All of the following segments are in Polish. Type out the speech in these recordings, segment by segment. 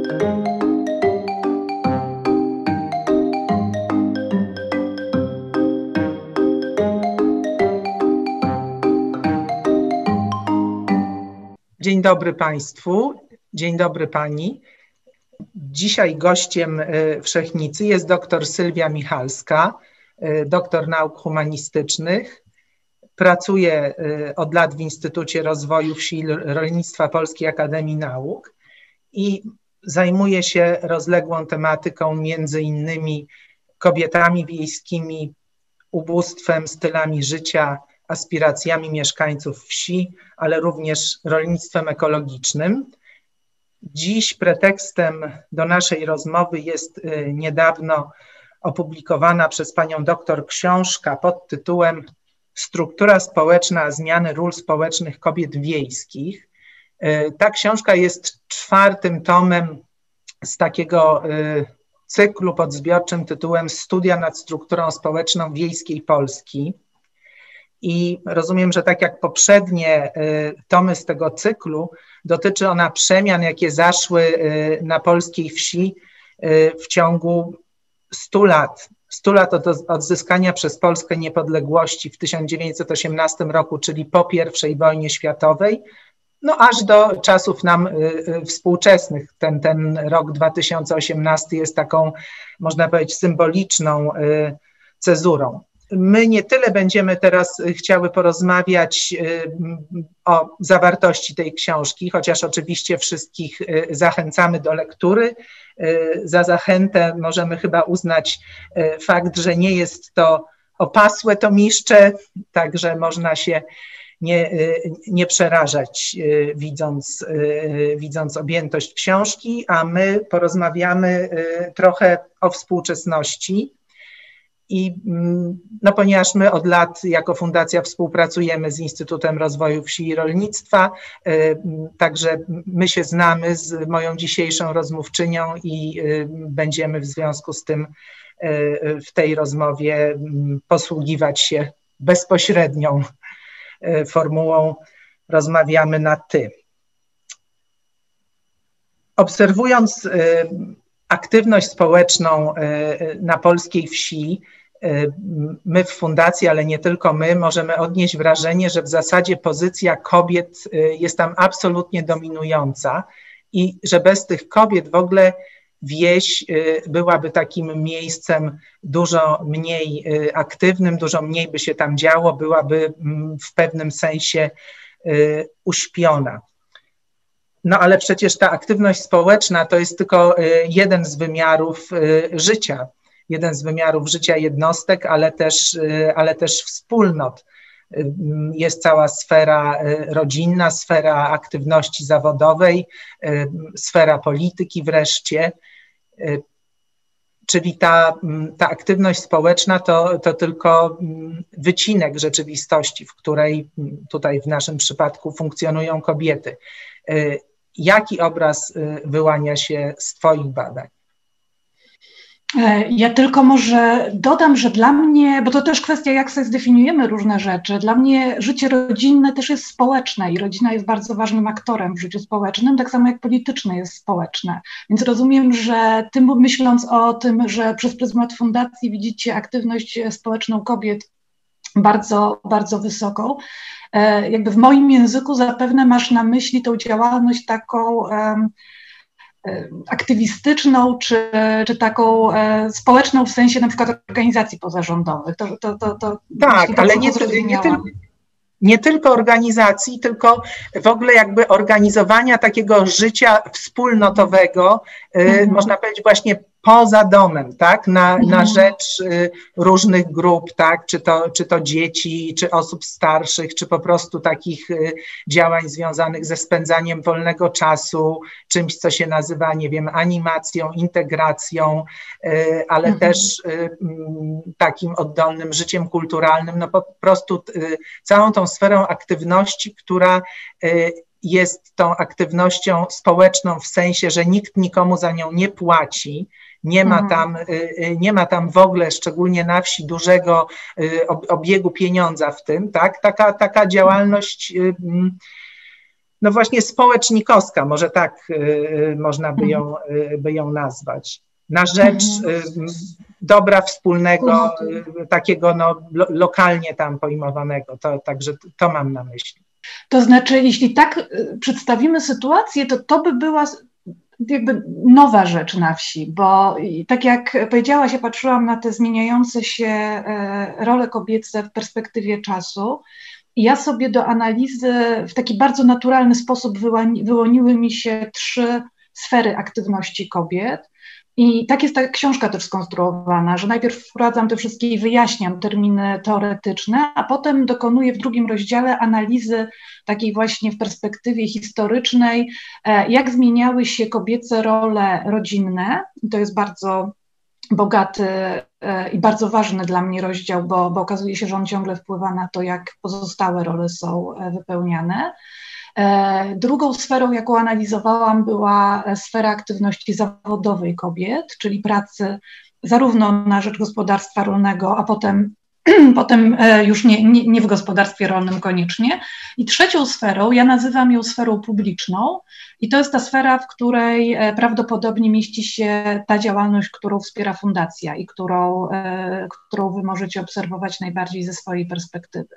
Dzień dobry Państwu, dzień dobry Pani. Dzisiaj gościem Wszechnicy jest dr Sylwia Michalska, doktor nauk humanistycznych. Pracuje od lat w Instytucie Rozwoju Wsi i Rolnictwa Polskiej Akademii Nauk i zajmuje się rozległą tematyką między innymi kobietami wiejskimi, ubóstwem, stylami życia, aspiracjami mieszkańców wsi, ale również rolnictwem ekologicznym. Dziś pretekstem do naszej rozmowy jest niedawno opublikowana przez panią doktor książka pod tytułem Struktura społeczna, a zmiany ról społecznych kobiet wiejskich. Ta książka jest czwartym tomem z takiego cyklu pod zbiorczym tytułem Studia nad strukturą społeczną wiejskiej Polski. I rozumiem, że tak jak poprzednie tomy z tego cyklu, dotyczy ona przemian, jakie zaszły na polskiej wsi w ciągu 100 lat. 100 lat od odzyskania przez Polskę niepodległości w 1918 roku, czyli po I wojnie światowej, no aż do czasów nam współczesnych. Ten rok 2018 jest taką, można powiedzieć, symboliczną cezurą. My nie tyle będziemy teraz chciały porozmawiać o zawartości tej książki, chociaż oczywiście wszystkich zachęcamy do lektury. Za zachętę możemy chyba uznać fakt, że nie jest to opasłe tomiszcze, także można się nie przerażać, widząc objętość książki, a my porozmawiamy trochę o współczesności. I no, ponieważ my od lat jako fundacja współpracujemy z Instytutem Rozwoju Wsi i Rolnictwa, także my się znamy z moją dzisiejszą rozmówczynią i będziemy w związku z tym w tej rozmowie posługiwać się bezpośrednią formułą rozmawiamy na ty. Obserwując aktywność społeczną na polskiej wsi, my w fundacji, ale nie tylko my, możemy odnieść wrażenie, że w zasadzie pozycja kobiet jest tam absolutnie dominująca i że bez tych kobiet w ogóle wieś byłaby takim miejscem dużo mniej aktywnym, dużo mniej by się tam działo, byłaby w pewnym sensie uśpiona. No ale przecież ta aktywność społeczna to jest tylko jeden z wymiarów życia jednostek, ale też wspólnot. Jest cała sfera rodzinna, sfera aktywności zawodowej, sfera polityki wreszcie. Czyli ta aktywność społeczna to tylko wycinek rzeczywistości, w której tutaj w naszym przypadku funkcjonują kobiety. Jaki obraz wyłania się z twoich badań? Ja tylko może dodam, że dla mnie, bo to też kwestia, jak sobie zdefiniujemy różne rzeczy, dla mnie życie rodzinne też jest społeczne i rodzina jest bardzo ważnym aktorem w życiu społecznym, tak samo jak polityczne jest społeczne. Więc rozumiem, że myśląc o tym, że przez pryzmat fundacji widzicie aktywność społeczną kobiet bardzo, bardzo wysoką, jakby w moim języku zapewne masz na myśli tą działalność taką aktywistyczną, czy taką społeczną w sensie na przykład organizacji pozarządowych. Tak, ale nie tylko organizacji, tylko w ogóle jakby organizowania takiego życia wspólnotowego, można powiedzieć właśnie poza domem, tak, na rzecz różnych grup, tak, czy to dzieci, czy osób starszych, czy po prostu takich działań związanych ze spędzaniem wolnego czasu, czymś, co się nazywa, nie wiem, animacją, integracją, ale też takim oddolnym życiem kulturalnym, no po prostu całą tą sferą aktywności, która jest tą aktywnością społeczną w sensie, że nikt nikomu za nią nie płaci, nie ma tam w ogóle, szczególnie na wsi, dużego obiegu pieniądza w tym, tak? Taka działalność no właśnie społecznikowska, może tak można by ją nazwać, na rzecz dobra wspólnego, takiego no, lokalnie tam pojmowanego, także to mam na myśli. To znaczy, jeśli tak przedstawimy sytuację, to by była jakby nowa rzecz na wsi, bo tak jak powiedziałaś, ja patrzyłam na te zmieniające się role kobiece w perspektywie czasu i ja sobie do analizy w taki bardzo naturalny sposób wyłoniły mi się 3 sfery aktywności kobiet. I tak jest ta książka też skonstruowana, że najpierw wprowadzam te wszystkie i wyjaśniam terminy teoretyczne, a potem dokonuję w drugim rozdziale analizy takiej właśnie w perspektywie historycznej, jak zmieniały się kobiece role rodzinne. I to jest bardzo bogaty i bardzo ważny dla mnie rozdział, bo okazuje się, że on ciągle wpływa na to, jak pozostałe role są wypełniane. Drugą sferą, jaką analizowałam, była sfera aktywności zawodowej kobiet, czyli pracy zarówno na rzecz gospodarstwa rolnego, a potem już nie w gospodarstwie rolnym koniecznie. I trzecią sferą, ja nazywam ją sferą publiczną i to jest ta sfera, w której prawdopodobnie mieści się ta działalność, którą wspiera fundacja i którą wy możecie obserwować najbardziej ze swojej perspektywy.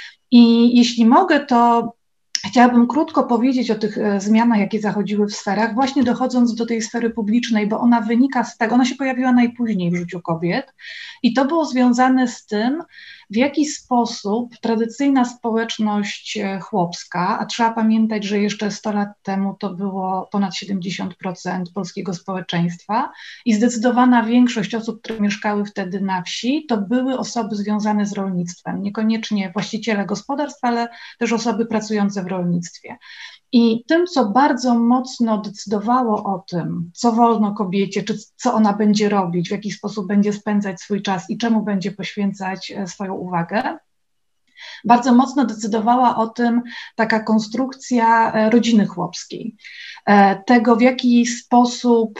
I jeśli mogę, to chciałabym krótko powiedzieć o tych zmianach, jakie zachodziły w sferach, właśnie dochodząc do tej sfery publicznej, bo ona wynika z tego, ona się pojawiła najpóźniej w życiu kobiet i to było związane z tym, w jaki sposób tradycyjna społeczność chłopska, a trzeba pamiętać, że jeszcze 100 lat temu to było ponad 70% polskiego społeczeństwa i zdecydowana większość osób, które mieszkały wtedy na wsi, to były osoby związane z rolnictwem, niekoniecznie właściciele gospodarstw, ale też osoby pracujące w rolnictwie. I tym, co bardzo mocno decydowało o tym, co wolno kobiecie, czy co ona będzie robić, w jaki sposób będzie spędzać swój czas i czemu będzie poświęcać swoją uwagę, bardzo mocno decydowała o tym taka konstrukcja rodziny chłopskiej. Tego, w jaki sposób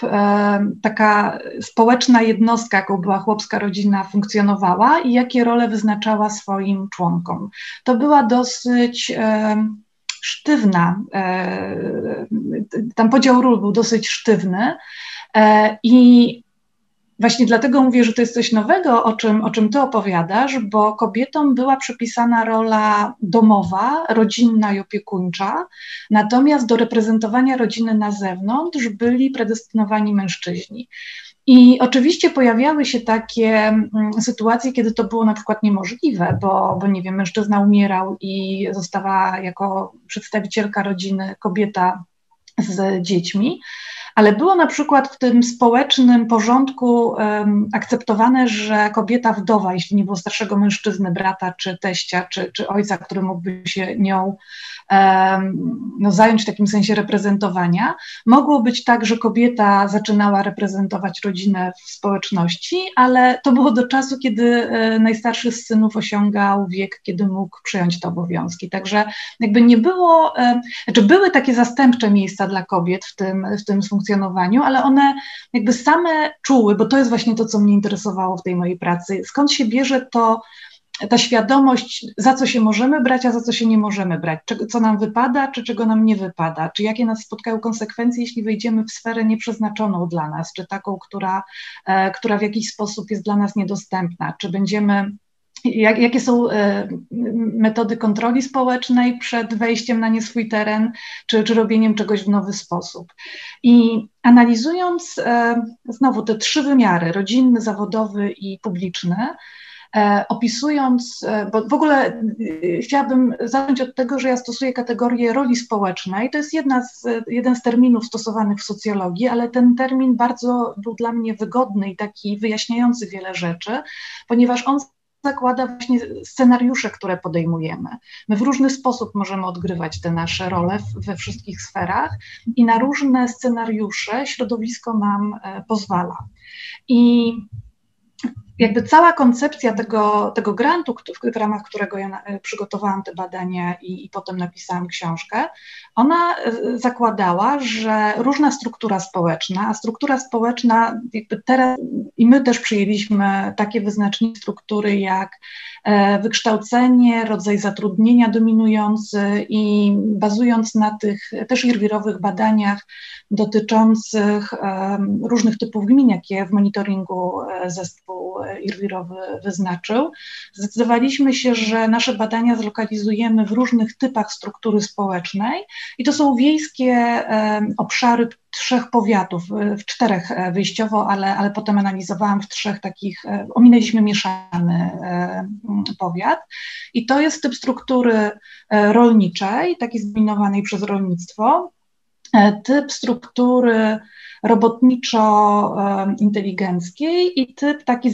taka społeczna jednostka, jaką była chłopska rodzina, funkcjonowała i jakie role wyznaczała swoim członkom. To była dosyć sztywna, tam podział ról był dosyć sztywny i właśnie dlatego mówię, że to jest coś nowego, o czym ty opowiadasz, bo kobietom była przypisana rola domowa, rodzinna i opiekuńcza, natomiast do reprezentowania rodziny na zewnątrz byli predestynowani mężczyźni. I oczywiście pojawiały się takie sytuacje, kiedy to było na przykład niemożliwe, bo nie wiem, mężczyzna umierał i została jako przedstawicielka rodziny kobieta z dziećmi, ale było na przykład w tym społecznym porządku akceptowane, że kobieta wdowa, jeśli nie było starszego mężczyzny, brata czy teścia, czy ojca, który mógłby się nią zająć w takim sensie reprezentowania, mogło być tak, że kobieta zaczynała reprezentować rodzinę w społeczności, ale to było do czasu, kiedy najstarszy z synów osiągał wiek, kiedy mógł przejąć te obowiązki. Także jakby nie było, były takie zastępcze miejsca dla kobiet w tym funkcjonowaniu, ale one jakby same czuły, bo to jest właśnie to, co mnie interesowało w tej mojej pracy, skąd się bierze ta świadomość, za co się możemy brać, a za co się nie możemy brać, co nam wypada, czy czego nam nie wypada, czy jakie nas spotkają konsekwencje, jeśli wejdziemy w sferę nieprzeznaczoną dla nas, czy taką, która w jakiś sposób jest dla nas niedostępna, czy będziemy... Jakie są metody kontroli społecznej przed wejściem na nie swój teren, czy robieniem czegoś w nowy sposób. I analizując znowu te 3 wymiary, rodzinny, zawodowy i publiczny, opisując, bo w ogóle chciałabym zacząć od tego, że ja stosuję kategorię roli społecznej. To jest jeden z terminów stosowanych w socjologii, ale ten termin bardzo był dla mnie wygodny i taki wyjaśniający wiele rzeczy, ponieważ on zakłada właśnie scenariusze, które podejmujemy. My w różny sposób możemy odgrywać te nasze role we wszystkich sferach i na różne scenariusze środowisko nam pozwala. I jakby cała koncepcja tego grantu, w ramach którego ja przygotowałam te badania i potem napisałam książkę, ona zakładała, że różna struktura społeczna, a struktura społeczna jakby teraz, i my też przyjęliśmy takie wyznaczniki struktury jak wykształcenie, rodzaj zatrudnienia dominujący i bazując na tych też irwirowych badaniach dotyczących różnych typów gmin, jakie w monitoringu zespół irwirowy wyznaczył, zdecydowaliśmy się, że nasze badania zlokalizujemy w różnych typach struktury społecznej i to są wiejskie obszary 3 powiatów, w 4 wyjściowo, ale potem analizowałam w 3 takich, ominęliśmy mieszany powiat i to jest typ struktury rolniczej, takiej zdominowanej przez rolnictwo, typ struktury robotniczo-inteligenckiej i typ taki,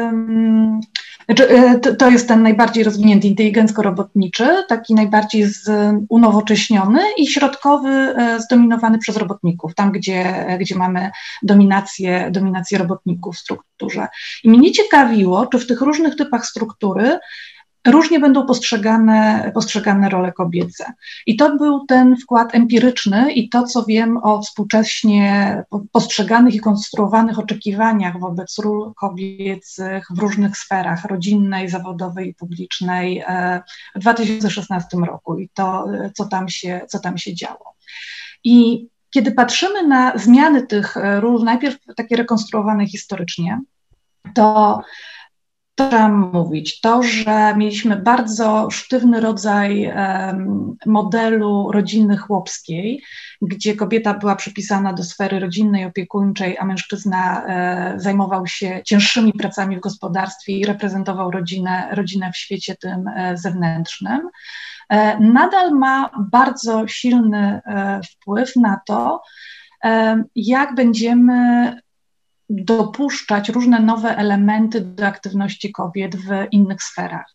to jest ten najbardziej rozwinięty, inteligencko-robotniczy, taki najbardziej unowocześniony i środkowy zdominowany przez robotników, tam gdzie mamy dominację robotników w strukturze. I mnie ciekawiło, czy w tych różnych typach struktury różnie będą postrzegane role kobiece. I to był ten wkład empiryczny i to, co wiem o współcześnie postrzeganych i konstruowanych oczekiwaniach wobec ról kobiecych w różnych sferach, rodzinnej, zawodowej i publicznej w 2016 roku i to, co tam się działo. I kiedy patrzymy na zmiany tych ról, najpierw takie rekonstruowane historycznie, to trzeba mówić, to, że mieliśmy bardzo sztywny rodzaj modelu rodziny chłopskiej, gdzie kobieta była przypisana do sfery rodzinnej, opiekuńczej, a mężczyzna zajmował się cięższymi pracami w gospodarstwie i reprezentował rodzinę w świecie tym zewnętrznym. Nadal ma bardzo silny wpływ na to, jak będziemy dopuszczać różne nowe elementy do aktywności kobiet w innych sferach.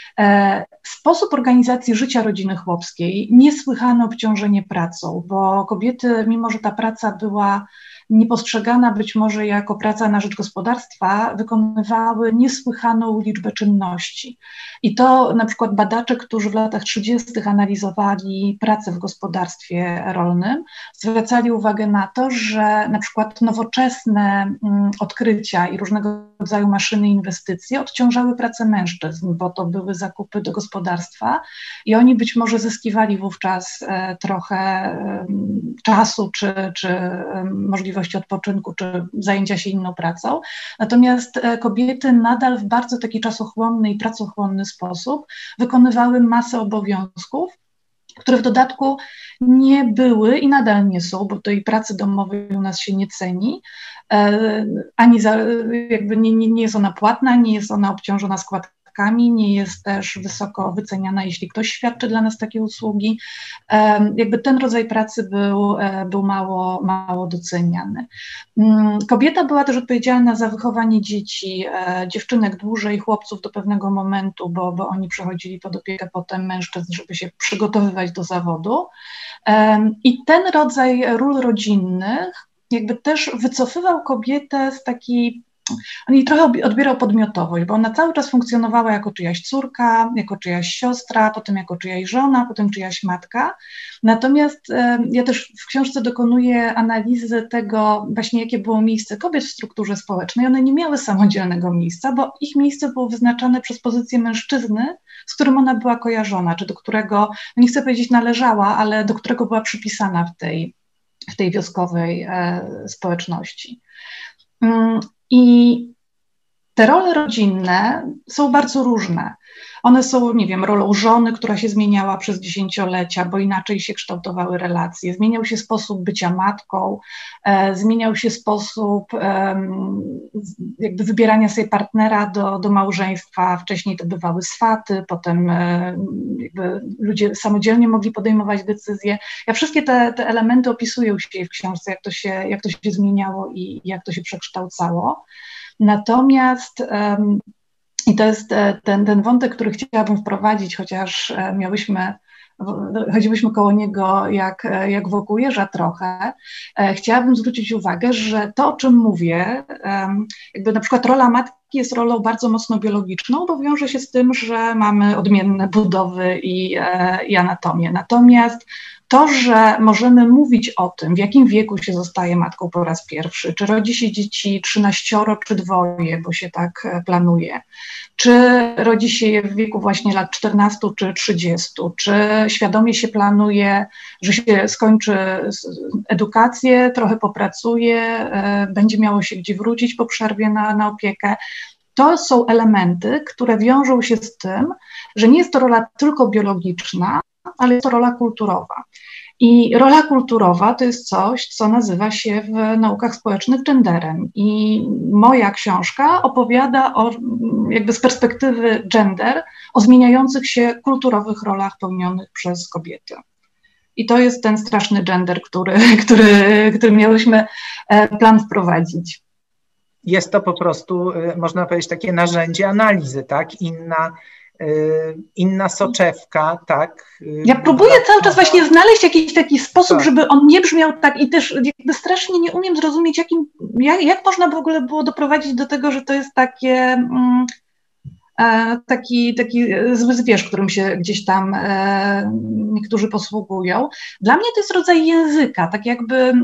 Sposób organizacji życia rodziny chłopskiej, niesłychane obciążenie pracą, bo kobiety, mimo że ta praca była niepostrzegana być może jako praca na rzecz gospodarstwa, wykonywały niesłychaną liczbę czynności. I to na przykład badacze, którzy w latach 30. analizowali pracę w gospodarstwie rolnym, zwracali uwagę na to, że na przykład nowoczesne odkrycia i różnego rodzaju maszyny i inwestycje odciążały pracę mężczyzn, bo to były zakupy do gospodarstwa i oni być może zyskiwali wówczas trochę czasu czy możliwości odpoczynku, czy zajęcia się inną pracą. Natomiast kobiety nadal w bardzo taki czasochłonny i pracochłonny sposób wykonywały masę obowiązków, które w dodatku nie były i nadal nie są, bo tej pracy domowej u nas się nie ceni, ani jakby nie jest ona płatna, nie jest ona obciążona składkami, nie jest też wysoko wyceniana, jeśli ktoś świadczy dla nas takie usługi. Jakby ten rodzaj pracy był mało doceniany. Kobieta była też odpowiedzialna za wychowanie dzieci, dziewczynek dłużej, chłopców do pewnego momentu, bo oni przechodzili pod opiekę potem mężczyzn, żeby się przygotowywać do zawodu. I ten rodzaj ról rodzinnych jakby też wycofywał kobietę z takiej, on jej trochę odbierał podmiotowość, bo ona cały czas funkcjonowała jako czyjaś córka, jako czyjaś siostra, potem jako czyjaś żona, potem czyjaś matka. Natomiast ja też w książce dokonuję analizy tego właśnie, jakie było miejsce kobiet w strukturze społecznej. One nie miały samodzielnego miejsca, bo ich miejsce było wyznaczane przez pozycję mężczyzny, z którym ona była kojarzona, czy do którego, nie chcę powiedzieć należała, ale do którego była przypisana w tej wioskowej społeczności. I te role rodzinne są bardzo różne. One są, nie wiem, rolą żony, która się zmieniała przez dziesięciolecia, bo inaczej się kształtowały relacje. Zmieniał się sposób bycia matką, zmieniał się sposób jakby wybierania sobie partnera do małżeństwa. Wcześniej to bywały swaty, potem jakby ludzie samodzielnie mogli podejmować decyzje. Ja wszystkie te elementy opisuję u siebie w książce, jak to się zmieniało i jak to się przekształcało. Natomiast i to jest ten wątek, który chciałabym wprowadzić, chociaż miałyśmy chodziłyśmy koło niego jak wokół jeża trochę, chciałabym zwrócić uwagę, że to, o czym mówię, jakby na przykład rola matki jest rolą bardzo mocno biologiczną, bo wiąże się z tym, że mamy odmienne budowy i anatomię. Natomiast to, że możemy mówić o tym, w jakim wieku się zostaje matką po raz pierwszy, czy rodzi się dzieci 13 czy 2, bo się tak planuje, czy rodzi się je w wieku właśnie lat 14 czy 30, czy świadomie się planuje, że się skończy edukację, trochę popracuje, będzie miało się gdzie wrócić po przerwie na opiekę. To są elementy, które wiążą się z tym, że nie jest to rola tylko biologiczna, ale jest to rola kulturowa. I rola kulturowa to jest coś, co nazywa się w naukach społecznych genderem. I moja książka opowiada jakby z perspektywy gender o zmieniających się kulturowych rolach pełnionych przez kobiety. I to jest ten straszny gender, który miałyśmy plan wprowadzić. Jest to po prostu, można powiedzieć, takie narzędzie analizy, tak? Inna soczewka, tak? Ja próbuję cały czas właśnie znaleźć jakiś taki sposób, tak, żeby on nie brzmiał tak i też jakby strasznie nie umiem zrozumieć, jak można w ogóle było doprowadzić do tego, że to jest takie, taki zły zwierz, którym się gdzieś tam niektórzy posługują. Dla mnie to jest rodzaj języka, tak jakby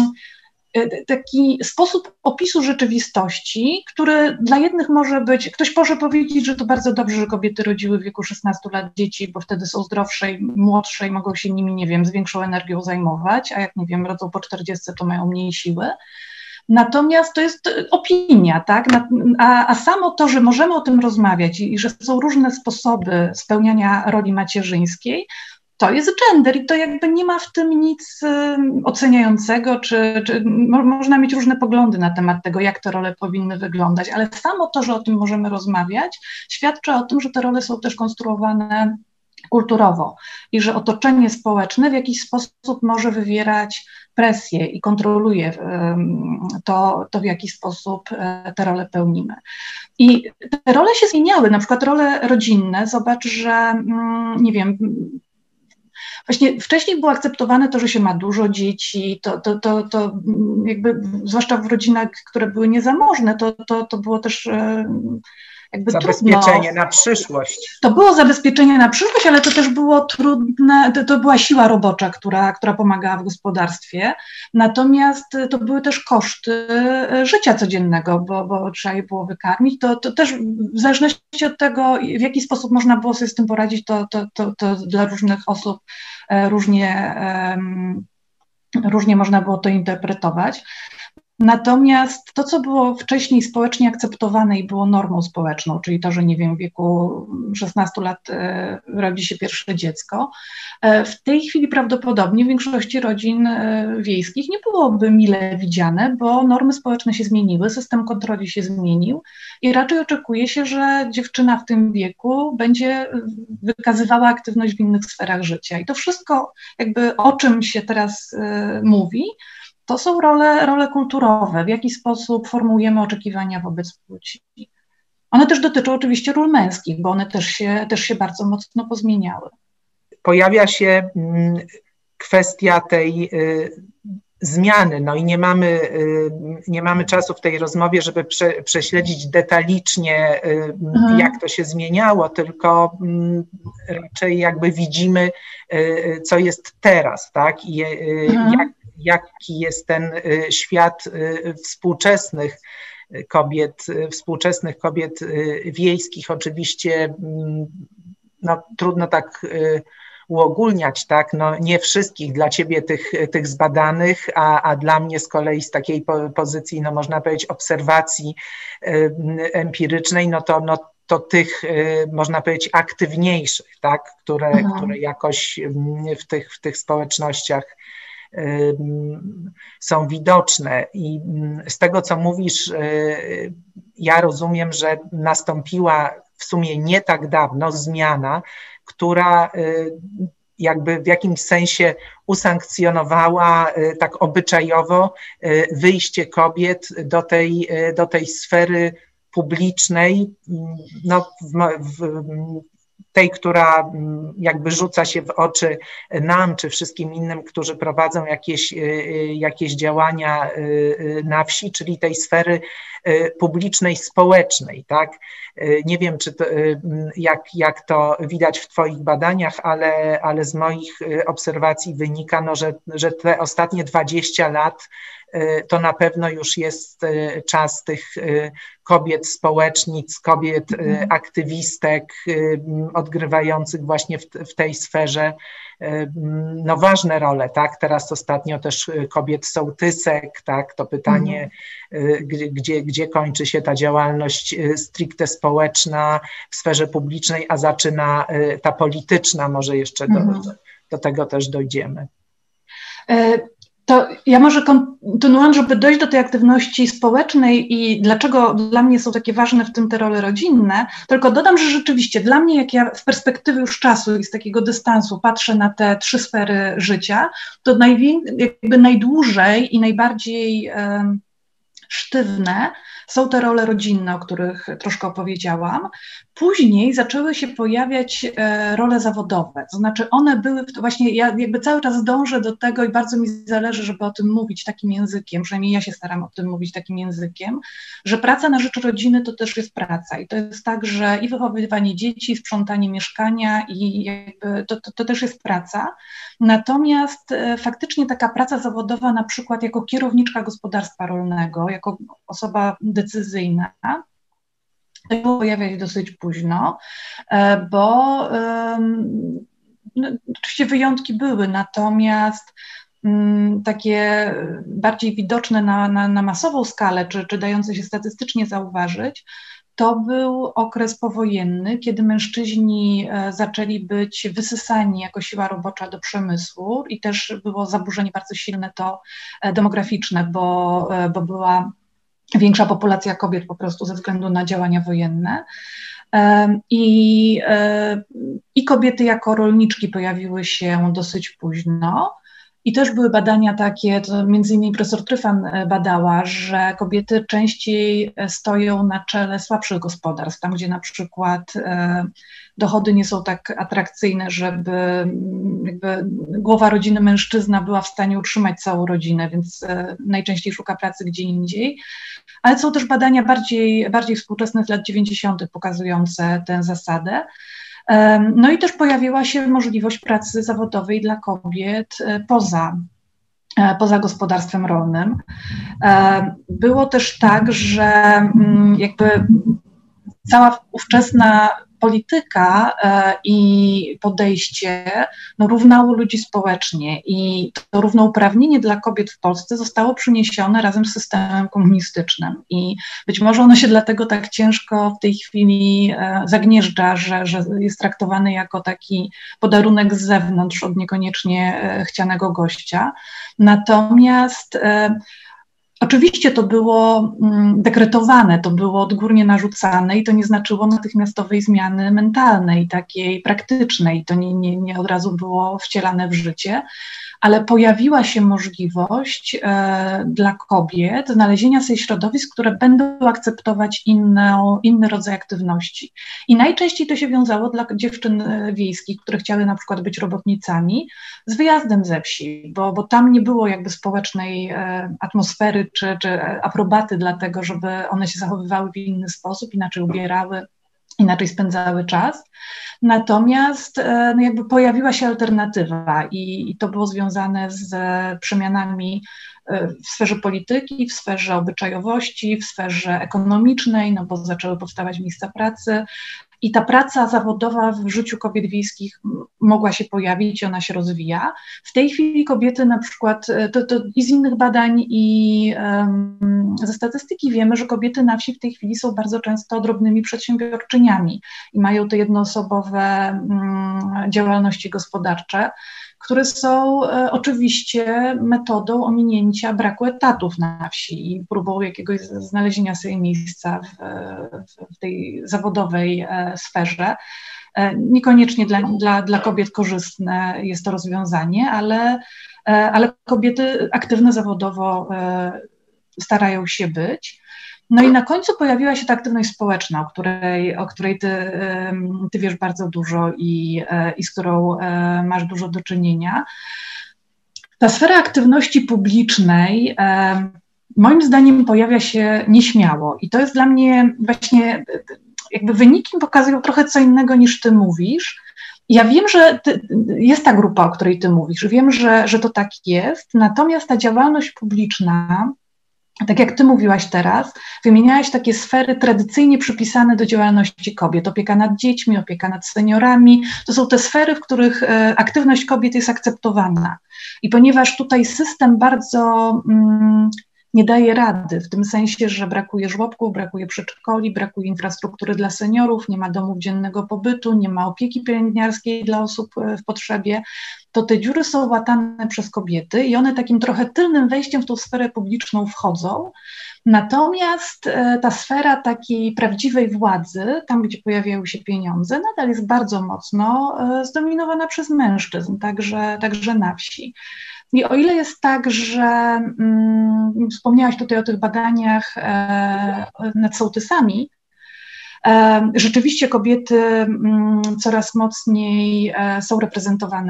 taki sposób opisu rzeczywistości, który dla jednych może być, ktoś może powiedzieć, że to bardzo dobrze, że kobiety rodziły w wieku 16 lat dzieci, bo wtedy są zdrowsze i młodsze i mogą się nimi, nie wiem, z większą energią zajmować, a jak, nie wiem, rodzą po 40, to mają mniej siły. Natomiast to jest opinia, tak? A samo to, że możemy o tym rozmawiać i że są różne sposoby spełniania roli macierzyńskiej, to jest gender i to jakby nie ma w tym nic oceniającego, czy można mieć różne poglądy na temat tego, jak te role powinny wyglądać, ale samo to, że o tym możemy rozmawiać, świadczy o tym, że te role są też konstruowane kulturowo i że otoczenie społeczne w jakiś sposób może wywierać presję i kontroluje to w jaki sposób te role pełnimy. I te role się zmieniały, na przykład role rodzinne, zobacz, że nie wiem, właśnie wcześniej było akceptowane to, że się ma dużo dzieci, to jakby, zwłaszcza w rodzinach, które były niezamożne, to było też jakby zabezpieczenie na przyszłość. To było zabezpieczenie na przyszłość, ale to też było trudne, to była siła robocza, która pomagała w gospodarstwie, natomiast to były też koszty życia codziennego, bo trzeba je było wykarmić, to też w zależności od tego, w jaki sposób można było sobie z tym poradzić, to dla różnych osób różnie można było to interpretować. Natomiast to, co było wcześniej społecznie akceptowane i było normą społeczną, czyli to, że nie wiem, w wieku 16 lat rodzi się pierwsze dziecko, w tej chwili prawdopodobnie w większości rodzin wiejskich nie byłoby mile widziane, bo normy społeczne się zmieniły, system kontroli się zmienił i raczej oczekuje się, że dziewczyna w tym wieku będzie wykazywała aktywność w innych sferach życia. I to wszystko, jakby o czym się teraz mówi, to są role kulturowe, w jaki sposób formułujemy oczekiwania wobec płci. One też dotyczą oczywiście ról męskich, bo one też się bardzo mocno pozmieniały. Pojawia się kwestia tej zmiany, no i nie mamy czasu w tej rozmowie, żeby prześledzić detalicznie, jak to się zmieniało, tylko raczej jakby widzimy, co jest teraz, tak? I jaki jest ten świat współczesnych kobiet wiejskich. Oczywiście no, trudno tak uogólniać, tak? No, nie wszystkich, dla ciebie tych zbadanych, a dla mnie z kolei z takiej pozycji, no można powiedzieć, obserwacji empirycznej, to tych, można powiedzieć, aktywniejszych, tak? które jakoś w tych społecznościach są widoczne. I z tego, co mówisz, ja rozumiem, że nastąpiła w sumie nie tak dawno zmiana, która jakby w jakimś sensie usankcjonowała tak obyczajowo wyjście kobiet do tej sfery publicznej, no, tej, która jakby rzuca się w oczy nam, czy wszystkim innym, którzy prowadzą jakieś działania na wsi, czyli tej sfery publicznej, społecznej, tak? Nie wiem, czy to, jak to widać w Twoich badaniach, ale z moich obserwacji wynika, no, że te ostatnie 20 lat to na pewno już jest czas tych kobiet społecznic, kobiet aktywistek odgrywających właśnie w tej sferze no ważne role, tak? Teraz ostatnio też kobiet sołtysek, tak? To pytanie, gdzie kończy się ta działalność stricte społeczna w sferze publicznej, a zaczyna ta polityczna, może jeszcze do tego też dojdziemy. To ja może kontynuując, żeby dojść do tej aktywności społecznej i dlaczego dla mnie są takie ważne w tym te role rodzinne, tylko dodam, że rzeczywiście dla mnie, jak ja z perspektywy już czasu i z takiego dystansu patrzę na te 3 sfery życia, to jakby najdłużej i najbardziej sztywne są te role rodzinne, o których troszkę opowiedziałam. Później zaczęły się pojawiać role zawodowe, to znaczy one były, właśnie ja jakby cały czas dążę do tego i bardzo mi zależy, żeby o tym mówić takim językiem, przynajmniej ja się staram o tym mówić takim językiem, że praca na rzecz rodziny to też jest praca i to jest tak, że i wychowywanie dzieci, sprzątanie mieszkania i jakby to też jest praca, natomiast faktycznie taka praca zawodowa na przykład jako kierowniczka gospodarstwa rolnego, jako osoba decyzyjna, pojawia się dosyć późno, bo no, oczywiście wyjątki były, natomiast takie bardziej widoczne na masową skalę, czy dające się statystycznie zauważyć, to był okres powojenny, kiedy mężczyźni zaczęli być wysysani jako siła robocza do przemysłu i też było zaburzenie bardzo silne to demograficzne, bo była większa populacja kobiet po prostu ze względu na działania wojenne. I kobiety jako rolniczki pojawiły się dosyć późno. I też były badania takie, to między innymi profesor Tryfan badała, że kobiety częściej stoją na czele słabszych gospodarstw, tam gdzie na przykład dochody nie są tak atrakcyjne, żeby jakby głowa rodziny mężczyzna była w stanie utrzymać całą rodzinę, więc najczęściej szuka pracy gdzie indziej. Ale są też badania bardziej współczesne z lat 90. pokazujące tę zasadę. No i też pojawiła się możliwość pracy zawodowej dla kobiet poza gospodarstwem rolnym. Było też tak, że jakby cała ówczesna polityka i podejście równało ludzi społecznie i to równouprawnienie dla kobiet w Polsce zostało przyniesione razem z systemem komunistycznym i być może ono się dlatego tak ciężko w tej chwili zagnieżdża, że jest traktowany jako taki podarunek z zewnątrz od niekoniecznie chcianego gościa. Natomiast oczywiście to było dekretowane, to było odgórnie narzucane i to nie znaczyło natychmiastowej zmiany mentalnej, takiej praktycznej, to nie od razu było wcielane w życie, ale pojawiła się możliwość dla kobiet znalezienia sobie środowisk, które będą akceptować inny rodzaj aktywności. I najczęściej to się wiązało dla dziewczyn wiejskich, które chciały na przykład być robotnicami, z wyjazdem ze wsi, bo tam nie było jakby społecznej atmosfery czy aprobaty dla tego, żeby one się zachowywały w inny sposób, inaczej ubierały, inaczej spędzały czas. Natomiast no jakby pojawiła się alternatywa i to było związane z przemianami w sferze polityki, w sferze obyczajowości, w sferze ekonomicznej, no bo zaczęły powstawać miejsca pracy. I ta praca zawodowa w życiu kobiet wiejskich mogła się pojawić i ona się rozwija. W tej chwili kobiety na przykład, to i z innych badań i ze statystyki wiemy, że kobiety na wsi w tej chwili są bardzo często drobnymi przedsiębiorczyniami i mają te jednoosobowe działalności gospodarcze, które są oczywiście metodą ominięcia braku etatów na wsi i próbą jakiegoś znalezienia sobie miejsca w tej zawodowej sferze. Niekoniecznie dla kobiet korzystne jest to rozwiązanie, ale kobiety aktywne zawodowo starają się być. No i na końcu pojawiła się ta aktywność społeczna, o której ty wiesz bardzo dużo i z którą masz dużo do czynienia. Ta sfera aktywności publicznej moim zdaniem pojawia się nieśmiało i to jest dla mnie właśnie, jakby wyniki pokazują trochę co innego niż ty mówisz. Ja wiem, że jest ta grupa, o której ty mówisz, wiem, że to tak jest, natomiast ta działalność publiczna, tak jak ty mówiłaś teraz, wymieniałaś takie sfery tradycyjnie przypisane do działalności kobiet. Opieka nad dziećmi, opieka nad seniorami. To są te sfery, w których aktywność kobiet jest akceptowana. I ponieważ tutaj system bardzo nie daje rady, w tym sensie, że brakuje żłobków, brakuje przedszkoli, brakuje infrastruktury dla seniorów, nie ma domów dziennego pobytu, nie ma opieki pielęgniarskiej dla osób w potrzebie, to te dziury są łatane przez kobiety i one takim trochę tylnym wejściem w tą sferę publiczną wchodzą. Natomiast ta sfera takiej prawdziwej władzy, tam gdzie pojawiają się pieniądze, nadal jest bardzo mocno zdominowana przez mężczyzn, także na wsi. I o ile jest tak, że wspomniałaś tutaj o tych badaniach nad sołtysami, rzeczywiście kobiety coraz mocniej są reprezentowane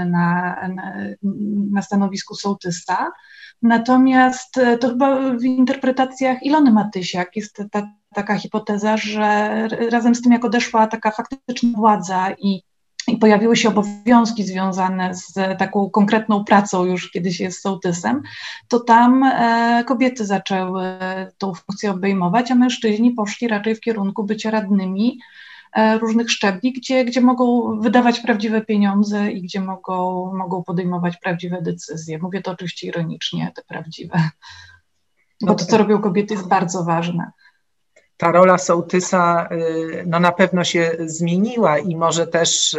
na stanowisku sołtysa, natomiast to chyba w interpretacjach Ilony Matysiak jest taka hipoteza, że razem z tym jak odeszła taka faktyczna władza i pojawiły się obowiązki związane z taką konkretną pracą już kiedyś jest sołtysem, to tam kobiety zaczęły tą funkcję obejmować, a mężczyźni poszli raczej w kierunku bycia radnymi różnych szczebli, gdzie mogą wydawać prawdziwe pieniądze i gdzie mogą podejmować prawdziwe decyzje. Mówię to oczywiście ironicznie, te prawdziwe, bo to, co robią kobiety, jest bardzo ważne. Ta rola sołtysa no na pewno się zmieniła i może też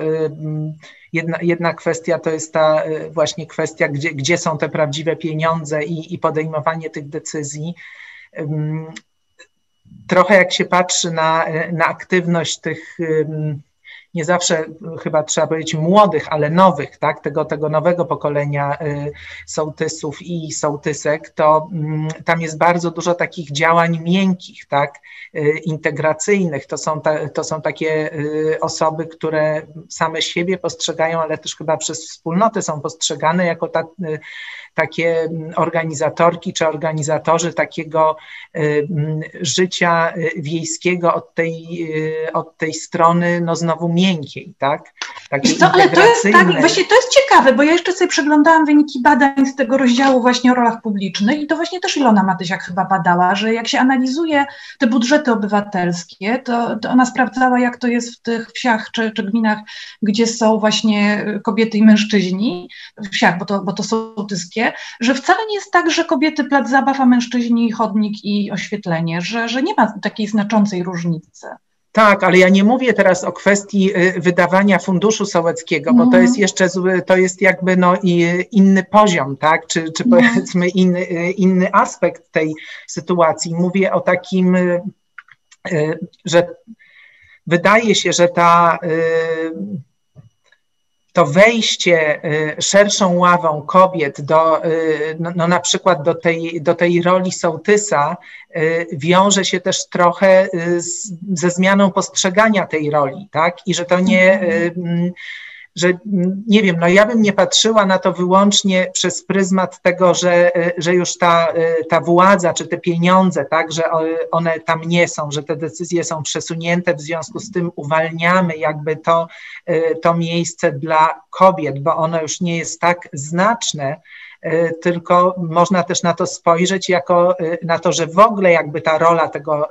jedna kwestia to jest ta właśnie kwestia, gdzie są te prawdziwe pieniądze i podejmowanie tych decyzji. Trochę jak się patrzy na aktywność tych, nie zawsze chyba trzeba powiedzieć młodych, ale nowych, tak, tego nowego pokolenia sołtysów i sołtysek, to tam jest bardzo dużo takich działań miękkich, tak, integracyjnych. To są takie osoby, które same siebie postrzegają, ale też chyba przez wspólnotę są postrzegane jako takie organizatorki czy organizatorzy takiego życia wiejskiego od tej strony, no znowu miękkiej, tak? Ale to jest tak, właśnie to jest ciekawe, bo ja jeszcze sobie przeglądałam wyniki badań z tego rozdziału właśnie o rolach publicznych i to właśnie też Ilona Matysiak chyba badała, że jak się analizuje te budżety obywatelskie, to ona sprawdzała, jak to jest w tych wsiach czy gminach, gdzie są właśnie kobiety i mężczyźni, wsiach, bo to sołtyskie, że wcale nie jest tak, że kobiety plac zabaw, a mężczyźni chodnik i oświetlenie, że nie ma takiej znaczącej różnicy. Tak, ale ja nie mówię teraz o kwestii wydawania funduszu sołeckiego, bo to jest jeszcze to jest jakby inny poziom, tak? Czy powiedzmy inny aspekt tej sytuacji. Mówię o takim, że wydaje się, że to wejście szerszą ławą kobiet na przykład do tej roli sołtysa wiąże się też trochę ze zmianą postrzegania tej roli, tak? I że to nie wiem, no ja bym nie patrzyła na to wyłącznie przez pryzmat tego, że już ta władza czy te pieniądze, tak, że one tam nie są, że te decyzje są przesunięte, w związku z tym uwalniamy jakby to miejsce dla kobiet, bo ono już nie jest tak znaczne, tylko można też na to spojrzeć jako na to, że w ogóle jakby ta rola tego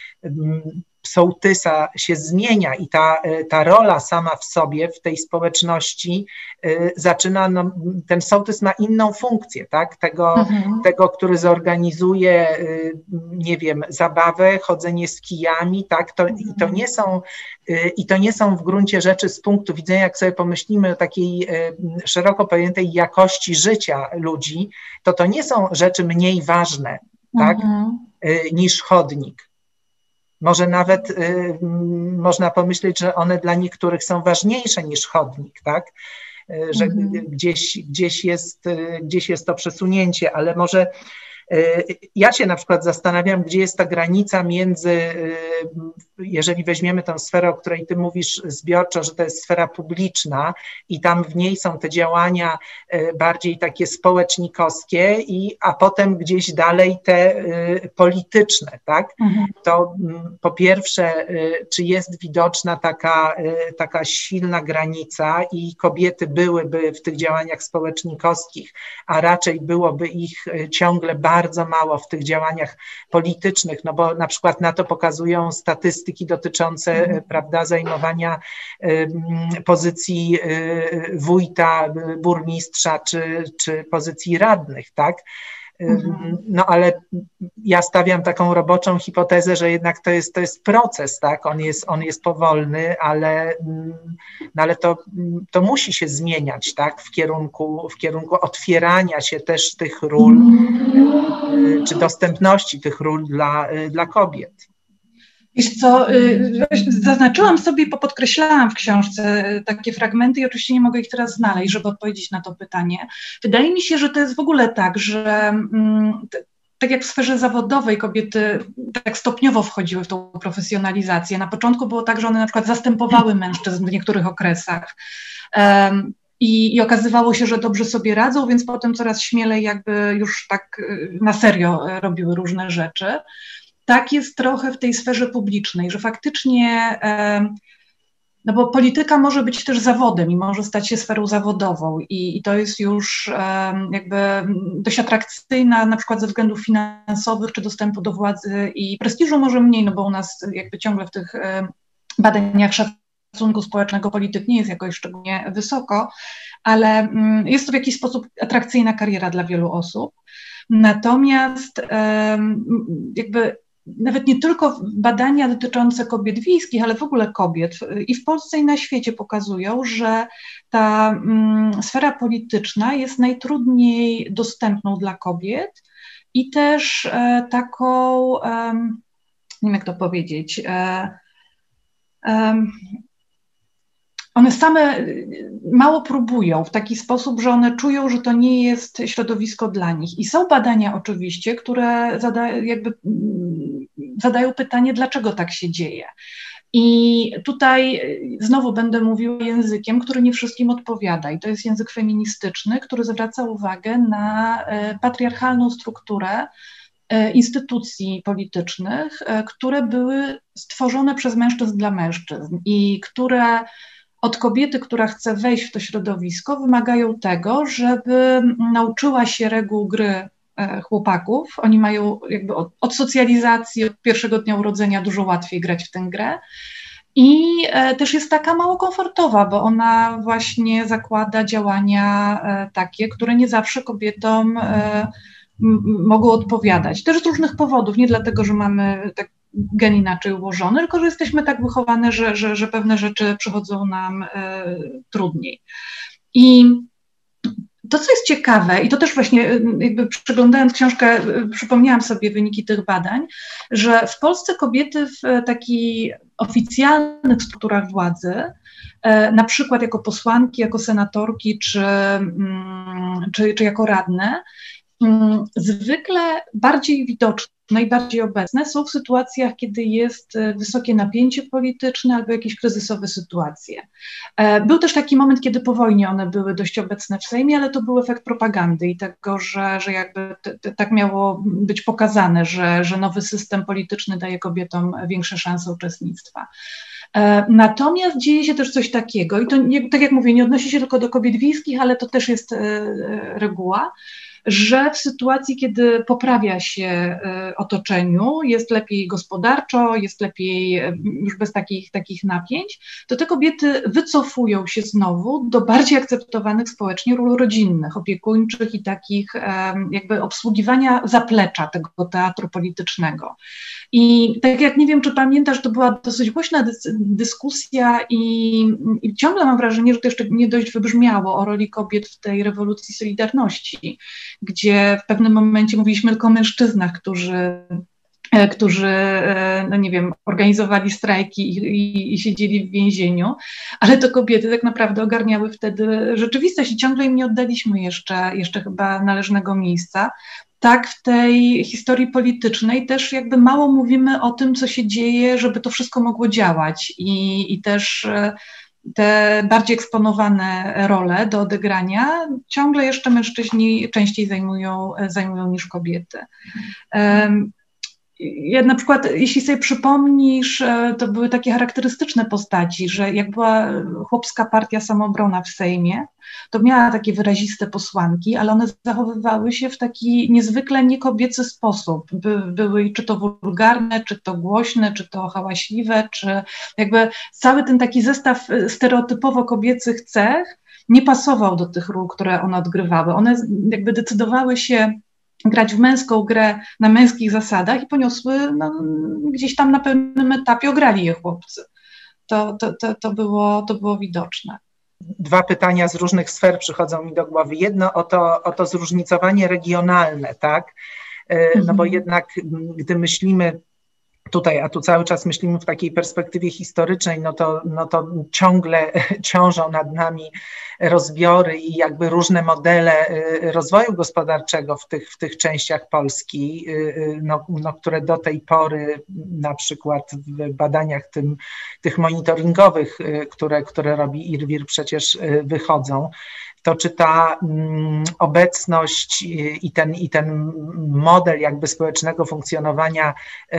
sołtysa się zmienia i ta rola sama w sobie, w tej społeczności zaczyna, ten sołtys ma inną funkcję, tak? Tego, który zorganizuje, nie wiem, zabawę, chodzenie z kijami, tak? I to nie są w gruncie rzeczy z punktu widzenia, jak sobie pomyślimy o takiej szeroko pojętej jakości życia ludzi, to nie są rzeczy mniej ważne, tak? Niż chodnik. Może nawet można pomyśleć, że one dla niektórych są ważniejsze niż chodnik, tak? Że gdzieś jest to przesunięcie, ale może Ja się na przykład zastanawiam, gdzie jest ta granica między, jeżeli weźmiemy tę sferę, o której ty mówisz zbiorczo, że to jest sfera publiczna i tam w niej są te działania bardziej takie społecznikowskie, a potem gdzieś dalej te polityczne, tak? To po pierwsze, czy jest widoczna taka silna granica i kobiety byłyby w tych działaniach społecznikowskich, a raczej byłoby ich ciągle bardzo mało w tych działaniach politycznych, no bo na przykład na to pokazują statystyki dotyczące, prawda, zajmowania pozycji wójta, burmistrza czy pozycji radnych, tak? No ale ja stawiam taką roboczą hipotezę, że jednak to jest proces, tak? On jest powolny, ale to musi się zmieniać, tak? W kierunku otwierania się też tych ról, czy dostępności tych ról dla kobiet. Wiesz co, zaznaczyłam sobie i popodkreślałam w książce takie fragmenty i oczywiście nie mogę ich teraz znaleźć, żeby odpowiedzieć na to pytanie. Wydaje mi się, że to jest w ogóle tak, że tak jak w sferze zawodowej kobiety tak stopniowo wchodziły w tą profesjonalizację. Na początku było tak, że one na przykład zastępowały mężczyzn w niektórych okresach. I okazywało się, że dobrze sobie radzą, więc potem coraz śmielej jakby już tak na serio robiły różne rzeczy. Tak jest trochę w tej sferze publicznej, że faktycznie, no bo polityka może być też zawodem i może stać się sferą zawodową i to jest już jakby dość atrakcyjna na przykład ze względów finansowych czy dostępu do władzy i prestiżu może mniej, no bo u nas jakby ciągle w tych badaniach szacunku społecznego polityk nie jest jakoś szczególnie wysoko, ale jest to w jakiś sposób atrakcyjna kariera dla wielu osób. Natomiast jakby nawet nie tylko badania dotyczące kobiet wiejskich, ale w ogóle kobiet i w Polsce i na świecie pokazują, że ta sfera polityczna jest najtrudniej dostępną dla kobiet i też taką, nie wiem jak to powiedzieć, one same mało próbują w taki sposób, że one czują, że to nie jest środowisko dla nich. I są badania oczywiście, które zadają pytanie, dlaczego tak się dzieje. I tutaj znowu będę mówiła językiem, który nie wszystkim odpowiada. I to jest język feministyczny, który zwraca uwagę na patriarchalną strukturę instytucji politycznych, które były stworzone przez mężczyzn dla mężczyzn i które od kobiety, która chce wejść w to środowisko, wymagają tego, żeby nauczyła się reguł gry chłopaków. Oni mają jakby od socjalizacji, od pierwszego dnia urodzenia dużo łatwiej grać w tę grę. I też jest taka mało komfortowa, bo ona właśnie zakłada działania takie, które nie zawsze kobietom mogą odpowiadać. Też z różnych powodów, nie dlatego, że mamy tak gen inaczej ułożony, tylko że jesteśmy tak wychowane, że pewne rzeczy przychodzą nam trudniej. I to, co jest ciekawe, i to też właśnie jakby przeglądając książkę, przypomniałam sobie wyniki tych badań, że w Polsce kobiety w takich oficjalnych strukturach władzy, na przykład jako posłanki, jako senatorki czy jako radne, zwykle bardziej widoczne i bardziej obecne są w sytuacjach, kiedy jest wysokie napięcie polityczne albo jakieś kryzysowe sytuacje. Był też taki moment, kiedy po wojnie one były dość obecne w Sejmie, ale to był efekt propagandy i tego, że jakby tak miało być pokazane, że nowy system polityczny daje kobietom większe szanse uczestnictwa. Natomiast dzieje się też coś takiego i to, tak jak mówię, nie odnosi się tylko do kobiet wiejskich, ale to też jest reguła, że w sytuacji, kiedy poprawia się otoczeniu, jest lepiej gospodarczo, jest lepiej już bez takich napięć, to te kobiety wycofują się znowu do bardziej akceptowanych społecznie ról rodzinnych, opiekuńczych i takich jakby obsługiwania zaplecza tego teatru politycznego. I tak jak nie wiem, czy pamiętasz, to była dosyć głośna dyskusja i ciągle mam wrażenie, że to jeszcze nie dość wybrzmiało o roli kobiet w tej rewolucji Solidarności, gdzie w pewnym momencie mówiliśmy tylko o mężczyznach, którzy no nie wiem, organizowali strajki i siedzieli w więzieniu, ale to kobiety tak naprawdę ogarniały wtedy rzeczywistość i ciągle im nie oddaliśmy jeszcze chyba należnego miejsca. tak w tej historii politycznej też jakby mało mówimy o tym, co się dzieje, żeby to wszystko mogło działać i też te bardziej eksponowane role do odegrania ciągle jeszcze mężczyźni częściej zajmują niż kobiety. Ja na przykład, jeśli sobie przypomnisz, to były takie charakterystyczne postaci, że jak była chłopska partia Samoobrona w Sejmie, to miała takie wyraziste posłanki, ale one zachowywały się w taki niezwykle niekobiecy sposób. Były czy to wulgarne, czy to głośne, czy to hałaśliwe, czy jakby cały ten taki zestaw stereotypowo kobiecych cech nie pasował do tych ról, które one odgrywały. One jakby decydowały się grać w męską grę na męskich zasadach i poniosły, no, gdzieś tam na pewnym etapie ograli je chłopcy. To było widoczne. Dwa pytania z różnych sfer przychodzą mi do głowy. Jedno o to zróżnicowanie regionalne, tak? No bo jednak, gdy myślimy tutaj, a tu cały czas myślimy w takiej perspektywie historycznej, no to ciągle ciążą nad nami rozbiory i jakby różne modele rozwoju gospodarczego w tych częściach Polski, które do tej pory na przykład w badaniach tych monitoringowych, które robi IRWIR, przecież wychodzą. To czy ta obecność i ten model jakby społecznego funkcjonowania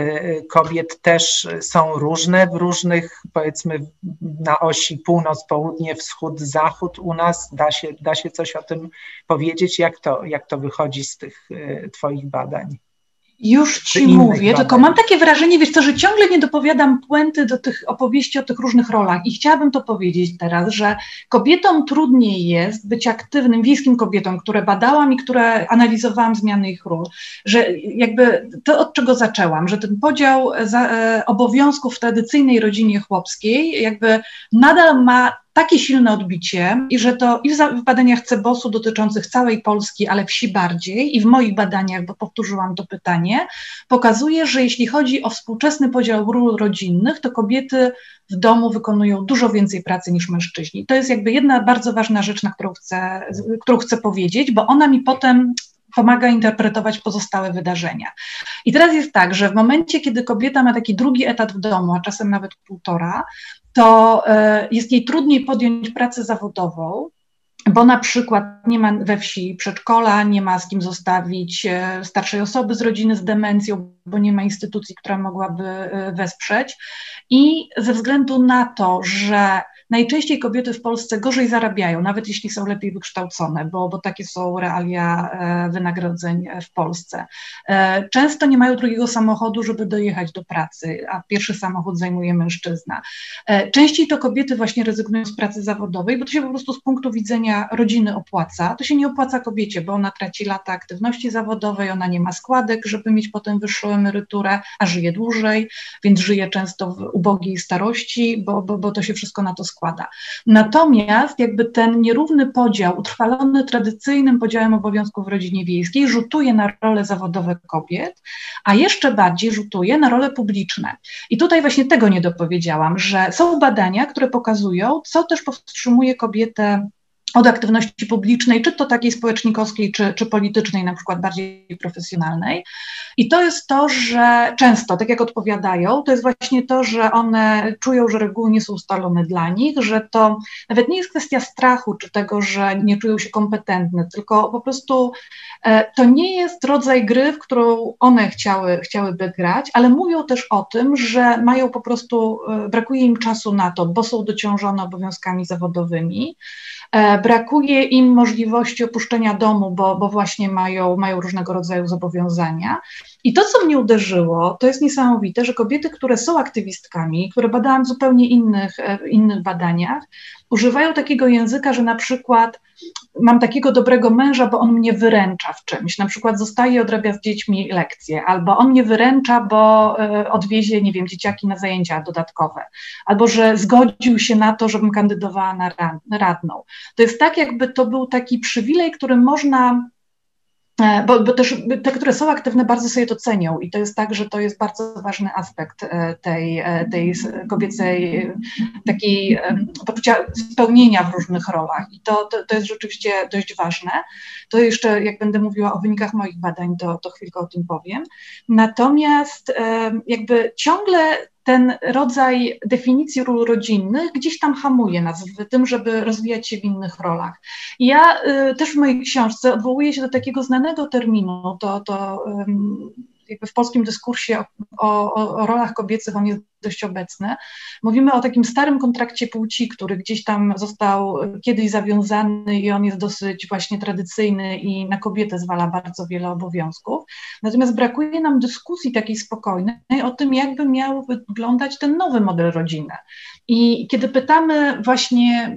kobiet też są różne w różnych, powiedzmy na osi północ-południe, wschód-zachód u nas? Da się coś o tym powiedzieć? Jak to wychodzi z tych twoich badań? Już ci mówię, tylko mam takie wrażenie, wiesz co, że ciągle nie dopowiadam puenty do tych opowieści o tych różnych rolach i chciałabym to powiedzieć teraz, że kobietom trudniej jest być aktywnym, wiejskim kobietom, które badałam i które analizowałam zmiany ich ról, że jakby to, od czego zaczęłam, że ten podział obowiązków w tradycyjnej rodzinie chłopskiej jakby nadal ma takie silne odbicie i że to i w badaniach CBOS-u dotyczących całej Polski, ale wsi bardziej i w moich badaniach, bo powtórzyłam to pytanie, pokazuje, że jeśli chodzi o współczesny podział ról rodzinnych, to kobiety w domu wykonują dużo więcej pracy niż mężczyźni. To jest jakby jedna bardzo ważna rzecz, na którą chcę powiedzieć, bo ona mi potem pomaga interpretować pozostałe wydarzenia. I teraz jest tak, że w momencie, kiedy kobieta ma taki drugi etat w domu, a czasem nawet półtora, to jest jej trudniej podjąć pracę zawodową, bo na przykład nie ma we wsi przedszkola, nie ma z kim zostawić starszej osoby z rodziny z demencją, bo nie ma instytucji, która mogłaby wesprzeć. I ze względu na to, że najczęściej kobiety w Polsce gorzej zarabiają, nawet jeśli są lepiej wykształcone, bo takie są realia wynagrodzeń w Polsce. Często nie mają drugiego samochodu, żeby dojechać do pracy, a pierwszy samochód zajmuje mężczyzna. Częściej to kobiety właśnie rezygnują z pracy zawodowej, bo to się po prostu z punktu widzenia rodziny opłaca. To się nie opłaca kobiecie, bo ona traci lata aktywności zawodowej, ona nie ma składek, żeby mieć potem wyższą emeryturę, a żyje dłużej, więc żyje często w ubogiej starości, bo to się wszystko na to składa. Natomiast jakby ten nierówny podział, utrwalony tradycyjnym podziałem obowiązków w rodzinie wiejskiej, rzutuje na role zawodowe kobiet, a jeszcze bardziej rzutuje na role publiczne. I tutaj właśnie tego nie dopowiedziałam, że są badania, które pokazują, co też powstrzymuje kobietę od aktywności publicznej, czy to takiej społecznikowskiej, czy politycznej, na przykład bardziej profesjonalnej. I to jest to, że często, tak jak odpowiadają, to jest właśnie to, że one czują, że reguły nie są ustalone dla nich, że to nawet nie jest kwestia strachu, czy tego, że nie czują się kompetentne, tylko po prostu to nie jest rodzaj gry, w którą one chciałyby grać, ale mówią też o tym, że mają po prostu, brakuje im czasu na to, bo są dociążone obowiązkami zawodowymi, brakuje im możliwości opuszczenia domu, bo właśnie mają różnego rodzaju zobowiązania. I to, co mnie uderzyło, to jest niesamowite, że kobiety, które są aktywistkami, które badałam w zupełnie innych badaniach, używają takiego języka, że na przykład mam takiego dobrego męża, bo on mnie wyręcza w czymś, na przykład zostaje i odrabia z dziećmi lekcje, albo on mnie wyręcza, bo odwiezie, nie wiem, dzieciaki na zajęcia dodatkowe, albo że zgodził się na to, żebym kandydowała na radną. To jest tak, jakby to był taki przywilej, który można Bo też te, które są aktywne, bardzo sobie to cenią i to jest tak, że to jest bardzo ważny aspekt tej kobiecej takiej poczucia spełnienia w różnych rolach i to jest rzeczywiście dość ważne. To jeszcze, jak będę mówiła o wynikach moich badań, to chwilkę o tym powiem. Natomiast jakby ciągle ten rodzaj definicji ról rodzinnych gdzieś tam hamuje nas w tym, żeby rozwijać się w innych rolach. I ja też w mojej książce odwołuję się do takiego znanego terminu, jakby w polskim dyskursie o rolach kobiecych on jest dość obecny. Mówimy o takim starym kontrakcie płci, który gdzieś tam został kiedyś zawiązany i on jest dosyć właśnie tradycyjny i na kobietę zwala bardzo wiele obowiązków. Natomiast brakuje nam dyskusji takiej spokojnej o tym, jakby miał wyglądać ten nowy model rodziny. I kiedy pytamy właśnie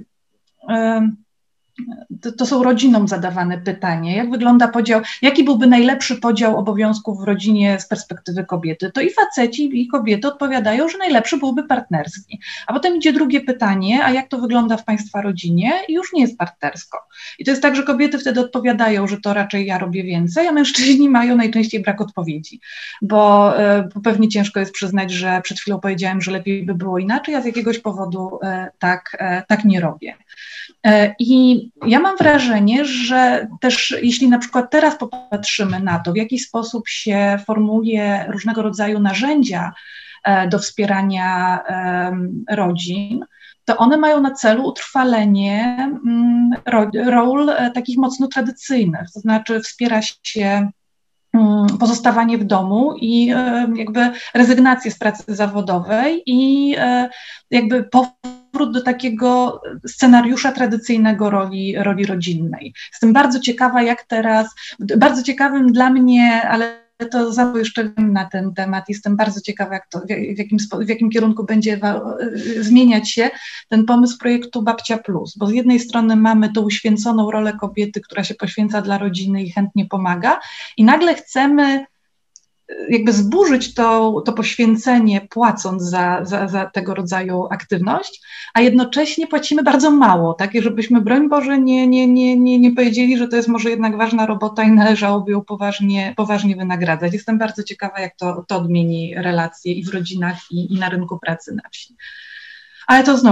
to są rodzinom zadawane pytanie, jak wygląda podział, jaki byłby najlepszy podział obowiązków w rodzinie z perspektywy kobiety, to i faceci, i kobiety odpowiadają, że najlepszy byłby partnerski. A potem idzie drugie pytanie, a jak to wygląda w państwa rodzinie? I już nie jest partnersko. I to jest tak, że kobiety wtedy odpowiadają, że to raczej ja robię więcej, a mężczyźni mają najczęściej brak odpowiedzi, bo pewnie ciężko jest przyznać, że przed chwilą powiedziałem, że lepiej by było inaczej, a z jakiegoś powodu tak nie robię. I ja mam wrażenie, że też jeśli na przykład teraz popatrzymy na to, w jaki sposób się formuje różnego rodzaju narzędzia do wspierania rodzin, to one mają na celu utrwalenie ról takich mocno tradycyjnych, to znaczy wspiera się pozostawanie w domu i jakby rezygnację z pracy zawodowej i jakby powrót do takiego scenariusza tradycyjnego roli rodzinnej. Jestem bardzo ciekawa, jak teraz, bardzo ciekawym dla mnie, ale to za jeszcze na ten temat. Jestem bardzo ciekawa, jak to, w jakim kierunku będzie zmieniać się ten pomysł projektu Babcia Plus, bo z jednej strony mamy tą uświęconą rolę kobiety, która się poświęca dla rodziny i chętnie pomaga i nagle chcemy jakby zburzyć to poświęcenie, płacąc za tego rodzaju aktywność, a jednocześnie płacimy bardzo mało, tak, żebyśmy, broń Boże, nie powiedzieli, że to jest może jednak ważna robota i należałoby ją poważnie wynagradzać. Jestem bardzo ciekawa, jak to odmieni relacje i w rodzinach, i na rynku pracy na wsi. Ale to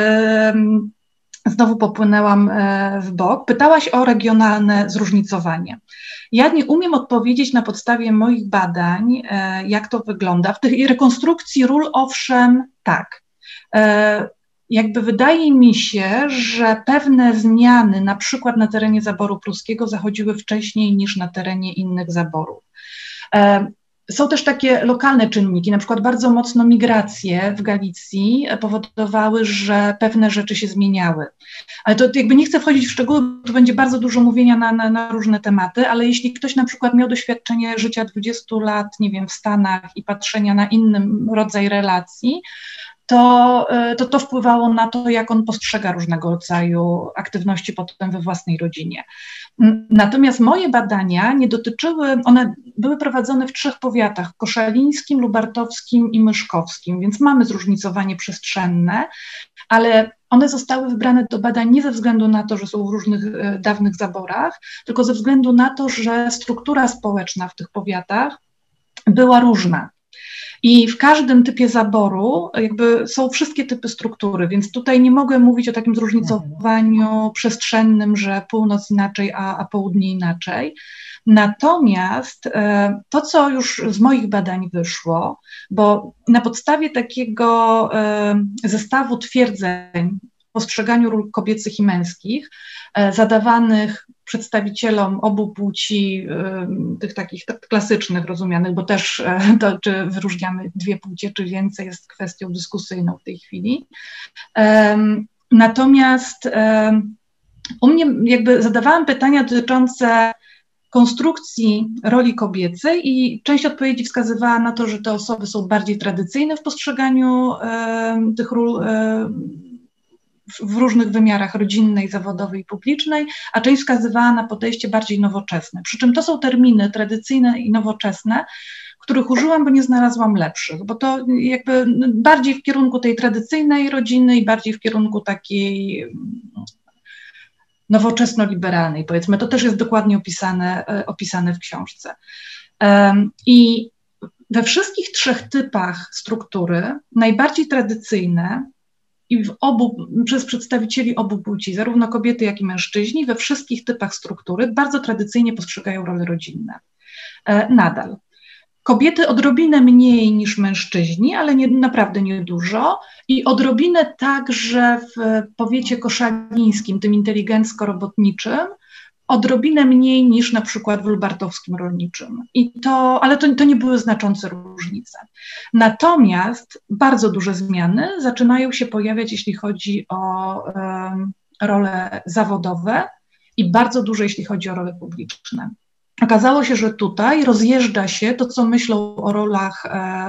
znowu popłynęłam w bok. Pytałaś o regionalne zróżnicowanie. Ja nie umiem odpowiedzieć na podstawie moich badań, jak to wygląda. W tej rekonstrukcji ról owszem, tak. Jakby wydaje mi się, że pewne zmiany, na przykład na terenie zaboru pruskiego, zachodziły wcześniej niż na terenie innych zaborów. Są też takie lokalne czynniki, na przykład bardzo mocno migracje w Galicji powodowały, że pewne rzeczy się zmieniały. Ale to jakby nie chcę wchodzić w szczegóły, bo to będzie bardzo dużo mówienia na różne tematy, ale jeśli ktoś na przykład miał doświadczenie życia 20 lat, nie wiem, w Stanach i patrzenia na inny rodzaj relacji, to wpływało na to, jak on postrzega różnego rodzaju aktywności potem we własnej rodzinie. Natomiast moje badania nie dotyczyły, one były prowadzone w 3 powiatach, koszalińskim, lubartowskim i myszkowskim, więc mamy zróżnicowanie przestrzenne, ale one zostały wybrane do badań nie ze względu na to, że są w różnych dawnych zaborach, tylko ze względu na to, że struktura społeczna w tych powiatach była różna. I w każdym typie zaboru jakby są wszystkie typy struktury, więc tutaj nie mogę mówić o takim zróżnicowaniu przestrzennym, że północ inaczej, a południe inaczej. Natomiast to, co już z moich badań wyszło, bo na podstawie takiego zestawu twierdzeń w postrzeganiu ról kobiecych i męskich, zadawanych przedstawicielom obu płci, tych takich klasycznych rozumianych, bo też to, czy wyróżniamy 2 płcie, czy więcej, jest kwestią dyskusyjną w tej chwili. Natomiast u mnie jakby zadawałam pytania dotyczące konstrukcji roli kobiecej i część odpowiedzi wskazywała na to, że te osoby są bardziej tradycyjne w postrzeganiu tych ról w różnych wymiarach rodzinnej, zawodowej i publicznej, a część wskazywała na podejście bardziej nowoczesne. Przy czym to są terminy tradycyjne i nowoczesne, których użyłam, bo nie znalazłam lepszych, bo to jakby bardziej w kierunku tej tradycyjnej rodziny i bardziej w kierunku takiej nowoczesno-liberalnej, powiedzmy. To też jest dokładnie opisane w książce. I we wszystkich trzech typach struktury najbardziej tradycyjne i przez przedstawicieli obu płci, zarówno kobiety, jak i mężczyźni, we wszystkich typach struktury bardzo tradycyjnie postrzegają role rodzinne. Nadal. Kobiety odrobinę mniej niż mężczyźni, ale naprawdę niedużo i odrobinę także w powiecie koszalińskim, tym inteligencko-robotniczym, odrobinę mniej niż na przykład w lubartowskim rolniczym. Ale to nie były znaczące różnice. Natomiast bardzo duże zmiany zaczynają się pojawiać, jeśli chodzi o role zawodowe i bardzo duże, jeśli chodzi o role publiczne. Okazało się, że tutaj rozjeżdża się to, co myślą o rolach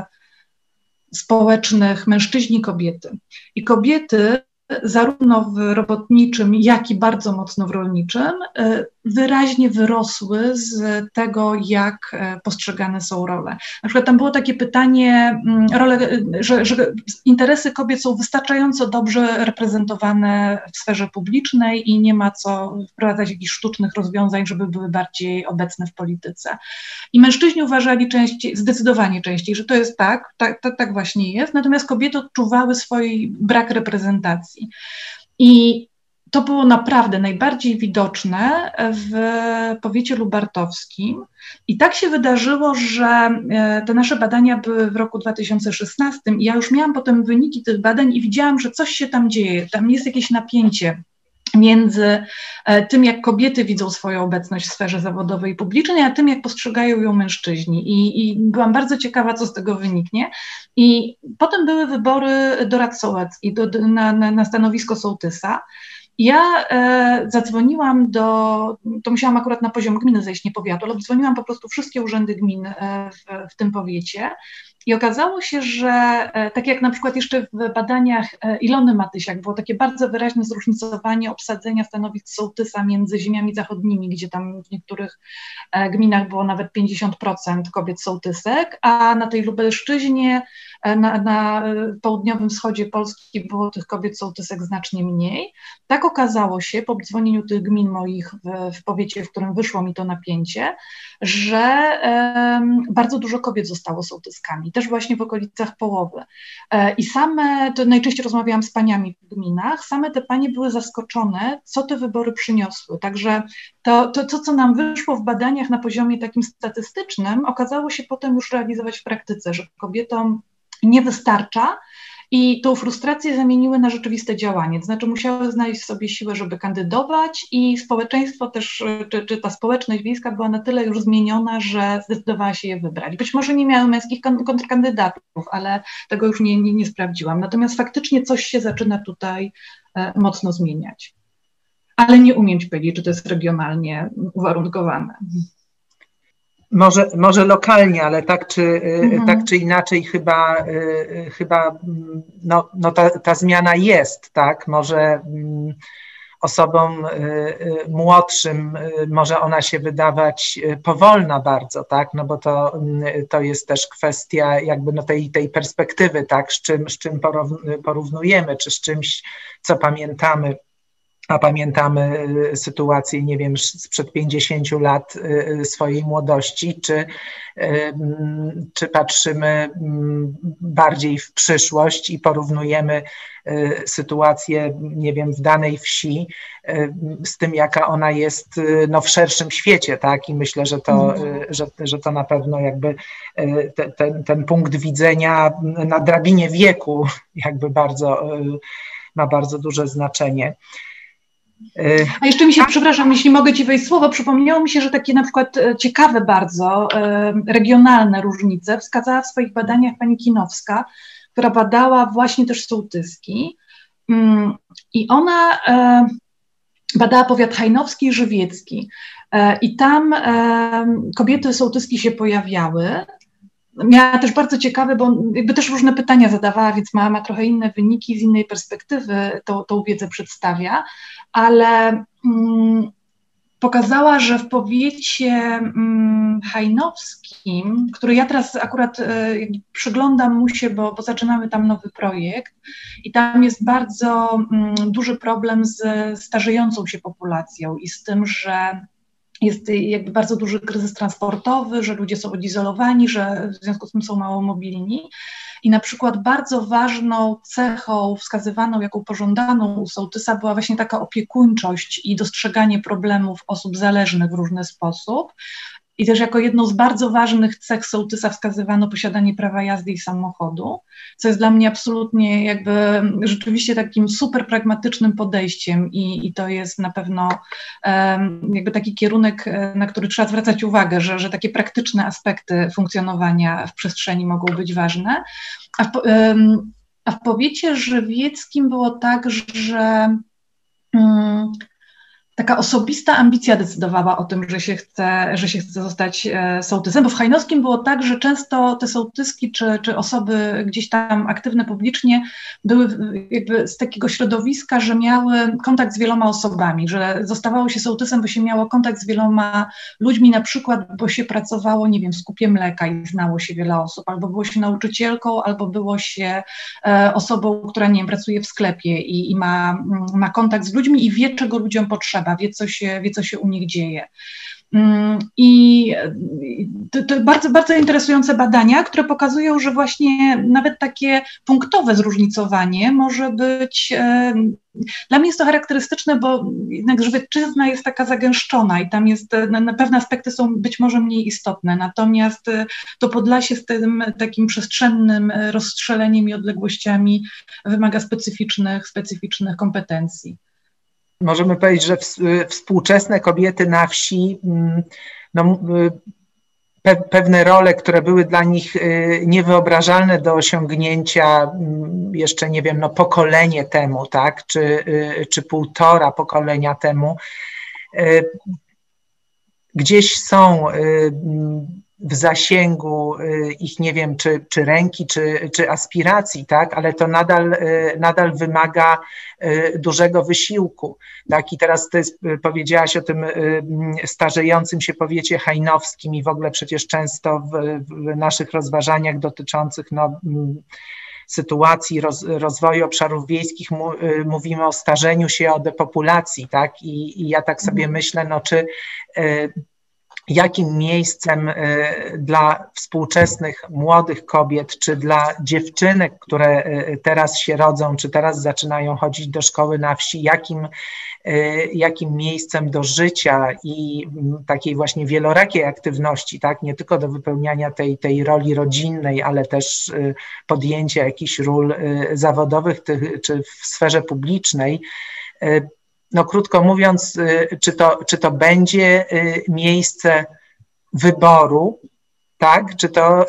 społecznych mężczyźni i kobiety. I kobiety zarówno w robotniczym, jak i bardzo mocno w rolniczym, wyraźnie wyrosły z tego, jak postrzegane są role. Na przykład tam było takie pytanie, że interesy kobiet są wystarczająco dobrze reprezentowane w sferze publicznej i nie ma co wprowadzać jakichś sztucznych rozwiązań, żeby były bardziej obecne w polityce. I mężczyźni uważali zdecydowanie częściej, że to jest tak właśnie jest, natomiast kobiety odczuwały swój brak reprezentacji. I to było naprawdę najbardziej widoczne w powiecie lubartowskim. I tak się wydarzyło, że te nasze badania były w roku 2016 i ja już miałam potem wyniki tych badań i widziałam, że coś się tam dzieje. Tam jest jakieś napięcie między tym, jak kobiety widzą swoją obecność w sferze zawodowej i publicznej, a tym, jak postrzegają ją mężczyźni. I byłam bardzo ciekawa, co z tego wyniknie. I potem były wybory do rad sołeckich, na stanowisko sołtysa. Ja zadzwoniłam to musiałam akurat na poziom gminy zejść, nie powiatu, ale dzwoniłam po prostu wszystkie urzędy gmin w tym powiecie i okazało się, że tak jak na przykład jeszcze w badaniach Ilony Matysiak było takie bardzo wyraźne zróżnicowanie obsadzenia stanowisk sołtysa między ziemiami zachodnimi, gdzie tam w niektórych gminach było nawet 50% kobiet sołtysek, a na tej Lubelszczyźnie, na południowym wschodzie Polski było tych kobiet sołtysek znacznie mniej. Tak okazało się po dzwonieniu tych gmin moich w powiecie, w którym wyszło mi to napięcie, że bardzo dużo kobiet zostało sołtyskami, też właśnie w okolicach połowy. I to najczęściej rozmawiałam z paniami w gminach, same te panie były zaskoczone, co te wybory przyniosły. Także to, co nam wyszło w badaniach na poziomie takim statystycznym, okazało się potem już realizować w praktyce, że kobietom nie wystarcza i tą frustrację zamieniły na rzeczywiste działanie. To znaczy musiały znaleźć w sobie siłę, żeby kandydować i społeczeństwo też, czy ta społeczność wiejska była na tyle już zmieniona, że zdecydowała się je wybrać. Być może nie miały męskich kontrkandydatów, ale tego już nie sprawdziłam. Natomiast faktycznie coś się zaczyna tutaj mocno zmieniać. Ale nie umiem ci powiedzieć, czy to jest regionalnie uwarunkowane. Może lokalnie, ale tak czy inaczej chyba ta zmiana jest, tak? Może osobom młodszym może ona się wydawać powolna bardzo, tak? No bo to jest też kwestia jakby tej perspektywy, tak? Z czym porównujemy, czy z czymś, co pamiętamy. A pamiętamy sytuację, nie wiem, sprzed 50 lat swojej młodości, czy patrzymy bardziej w przyszłość i porównujemy sytuację, nie wiem, w danej wsi z tym, jaka ona jest w szerszym świecie, tak? I myślę, że to na pewno jakby ten punkt widzenia na drabinie wieku jakby ma bardzo duże znaczenie. A jeszcze mi się, przepraszam, jeśli mogę ci wejść słowo, przypomniało mi się, że takie na przykład ciekawe bardzo regionalne różnice wskazała w swoich badaniach pani Kinowska, która badała właśnie też sołtyski i ona badała powiat hajnowski i żywiecki i tam kobiety sołtyski się pojawiały. Miała też bardzo ciekawe, bo jakby też różne pytania zadawała, więc ma trochę inne wyniki, z innej perspektywy tą wiedzę przedstawia, ale pokazała, że w powiecie hajnowskim, który ja teraz akurat przyglądam mu się, bo zaczynamy tam nowy projekt i tam jest bardzo duży problem z starzejącą się populacją i z tym, że jest jakby bardzo duży kryzys transportowy, że ludzie są odizolowani, że w związku z tym są mało mobilni. I na przykład bardzo ważną cechą wskazywaną jako pożądaną u sołtysa była właśnie taka opiekuńczość i dostrzeganie problemów osób zależnych w różny sposób. I też jako jedną z bardzo ważnych cech sołtysa wskazywano posiadanie prawa jazdy i samochodu, co jest dla mnie absolutnie jakby rzeczywiście takim super pragmatycznym podejściem i to jest na pewno jakby taki kierunek, na który trzeba zwracać uwagę, że takie praktyczne aspekty funkcjonowania w przestrzeni mogą być ważne. A w powiecie żywieckim było tak, że taka osobista ambicja decydowała o tym, że się chce zostać sołtysem, bo w hajnowskim było tak, że często te sołtyski czy osoby gdzieś tam aktywne publicznie były jakby z takiego środowiska, że miały kontakt z wieloma osobami, że zostawało się sołtysem, bo się miało kontakt z wieloma ludźmi, na przykład, bo się pracowało, nie wiem, w skupie mleka i znało się wiele osób, albo było się nauczycielką, albo było się osobą, która, nie wiem, pracuje w sklepie i ma kontakt z ludźmi i wie, czego ludziom potrzeba. Wie, co się u nich dzieje. I to bardzo, bardzo interesujące badania, które pokazują, że właśnie nawet takie punktowe zróżnicowanie może być, dla mnie jest to charakterystyczne, bo jednak Żywiecczyzna jest taka zagęszczona i tam jest, na pewne aspekty są być może mniej istotne, natomiast to Podlasie z tym takim przestrzennym rozstrzeleniem i odległościami wymaga specyficznych kompetencji. Możemy powiedzieć, że współczesne kobiety na wsi, no, pewne role, które były dla nich niewyobrażalne do osiągnięcia jeszcze, nie wiem, no, pokolenie temu, tak, czy półtora pokolenia temu, gdzieś są w zasięgu ich, nie wiem, czy ręki, czy aspiracji, tak, ale to nadal wymaga dużego wysiłku, tak, i teraz powiedziałaś o tym starzejącym się powiecie hajnowskim i w ogóle przecież często w naszych rozważaniach dotyczących, no, sytuacji rozwoju obszarów wiejskich mówimy o starzeniu się, o depopulacji, tak, i ja tak sobie myślę, no, czy jakim miejscem dla współczesnych młodych kobiet, czy dla dziewczynek, które teraz się rodzą, czy teraz zaczynają chodzić do szkoły na wsi, jakim miejscem do życia i takiej właśnie wielorakiej aktywności, tak, nie tylko do wypełniania tej roli rodzinnej, ale też podjęcia jakichś ról zawodowych czy w sferze publicznej. No, krótko mówiąc, czy to będzie miejsce wyboru, tak? Czy to,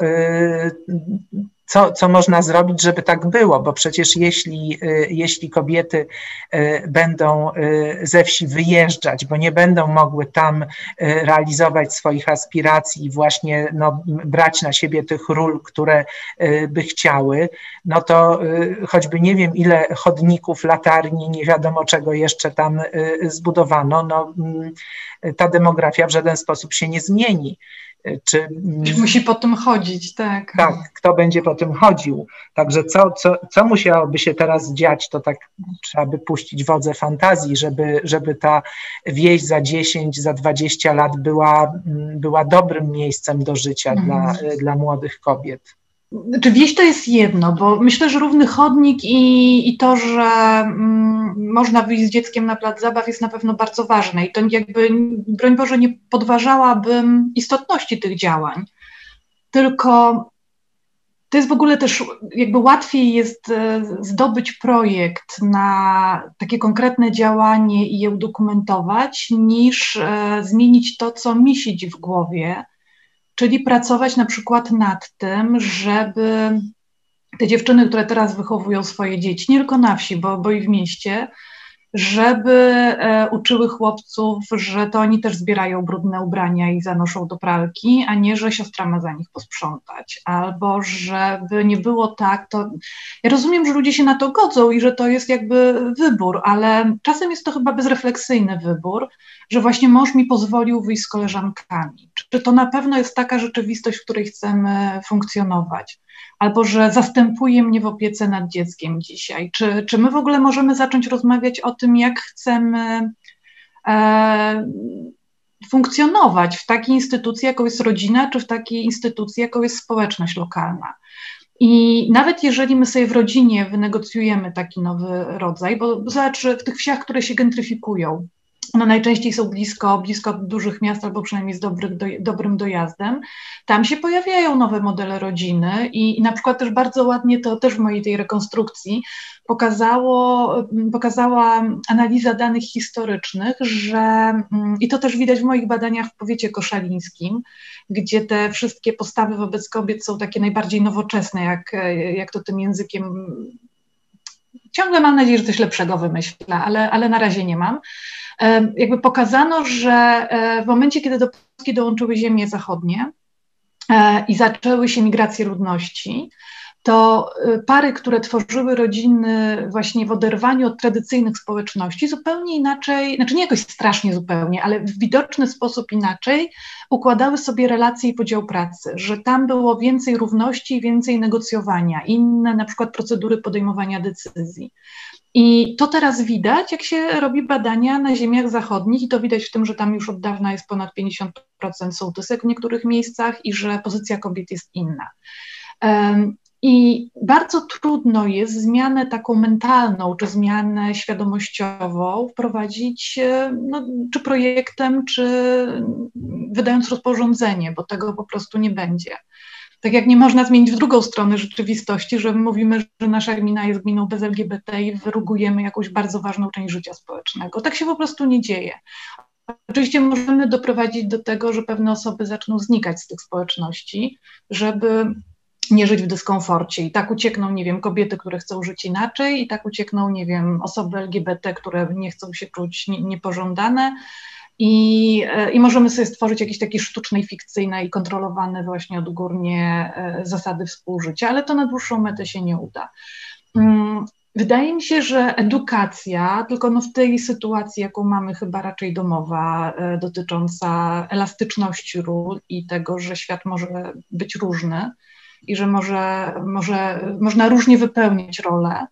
co można zrobić, żeby tak było? Bo przecież jeśli kobiety będą ze wsi wyjeżdżać, bo nie będą mogły tam realizować swoich aspiracji i właśnie, no, brać na siebie tych ról, które by chciały, no to choćby nie wiem ile chodników, latarni, nie wiadomo czego jeszcze tam zbudowano, no, ta demografia w żaden sposób się nie zmieni. Musi po tym chodzić, tak. Tak, kto będzie po tym chodził. Także co musiałoby się teraz dziać, to tak trzeba by puścić wodze fantazji, żeby ta wieś za 10, za 20 lat była dobrym miejscem do życia dla młodych kobiet. Znaczy, wieś to jest jedno, bo myślę, że równy chodnik i to, że można wyjść z dzieckiem na plac zabaw, jest na pewno bardzo ważne i to jakby, broń Boże, nie podważałabym istotności tych działań, tylko to jest w ogóle też jakby łatwiej jest zdobyć projekt na takie konkretne działanie i je udokumentować, niż zmienić to, co mi siedzi w głowie, czyli pracować na przykład nad tym, żeby te dziewczyny, które teraz wychowują swoje dzieci, nie tylko na wsi, bo i w mieście, żeby uczyły chłopców, że to oni też zbierają brudne ubrania i zanoszą do pralki, a nie, że siostra ma za nich posprzątać. Albo żeby nie było tak, to ja rozumiem, że ludzie się na to godzą i że to jest jakby wybór, ale czasem jest to chyba bezrefleksyjny wybór, że właśnie mąż mi pozwolił wyjść z koleżankami. Czy to na pewno jest taka rzeczywistość, w której chcemy funkcjonować? Albo że zastępuje mnie w opiece nad dzieckiem dzisiaj. Czy my w ogóle możemy zacząć rozmawiać o tym, jak chcemy funkcjonować w takiej instytucji, jaką jest rodzina, czy w takiej instytucji, jaką jest społeczność lokalna? I nawet jeżeli my sobie w rodzinie wynegocjujemy taki nowy rodzaj, bo zobacz, w tych wsiach, które się gentryfikują, one najczęściej są blisko dużych miast albo przynajmniej z dobrym dojazdem. Tam się pojawiają nowe modele rodziny i na przykład też bardzo ładnie to też w mojej tej rekonstrukcji pokazała analiza danych historycznych, że i to też widać w moich badaniach w powiecie koszalińskim, gdzie te wszystkie postawy wobec kobiet są takie najbardziej nowoczesne, jak to tym językiem. Ciągle mam nadzieję, że coś lepszego wymyślę, ale na razie nie mam. Jakby pokazano, że w momencie, kiedy do Polski dołączyły ziemie zachodnie i zaczęły się migracje ludności, to pary, które tworzyły rodziny właśnie w oderwaniu od tradycyjnych społeczności, zupełnie inaczej, znaczy nie jakoś strasznie zupełnie, ale w widoczny sposób inaczej układały sobie relacje i podział pracy, że tam było więcej równości i więcej negocjowania, inne na przykład procedury podejmowania decyzji. I to teraz widać, jak się robi badania na ziemiach zachodnich i to widać w tym, że tam już od dawna jest ponad 50% sołtysek w niektórych miejscach i że pozycja kobiet jest inna. I bardzo trudno jest zmianę taką mentalną, czy zmianę świadomościową wprowadzić czy projektem, czy wydając rozporządzenie, bo tego po prostu nie będzie. Tak jak nie można zmienić w drugą stronę rzeczywistości, że mówimy, że nasza gmina jest gminą bez LGBT i wyrugujemy jakąś bardzo ważną część życia społecznego. Tak się po prostu nie dzieje. Oczywiście możemy doprowadzić do tego, że pewne osoby zaczną znikać z tych społeczności, żeby nie żyć w dyskomforcie. I tak uciekną, nie wiem, kobiety, które chcą żyć inaczej, i tak uciekną, nie wiem, osoby LGBT, które nie chcą się czuć niepożądane. I możemy sobie stworzyć jakieś takie sztuczne i fikcyjne i kontrolowane właśnie odgórnie zasady współżycia, ale to na dłuższą metę się nie uda. Wydaje mi się, że edukacja, tylko w tej sytuacji, jaką mamy chyba raczej domowa, dotycząca elastyczności ról i tego, że świat może być różny i że można różnie wypełniać rolę,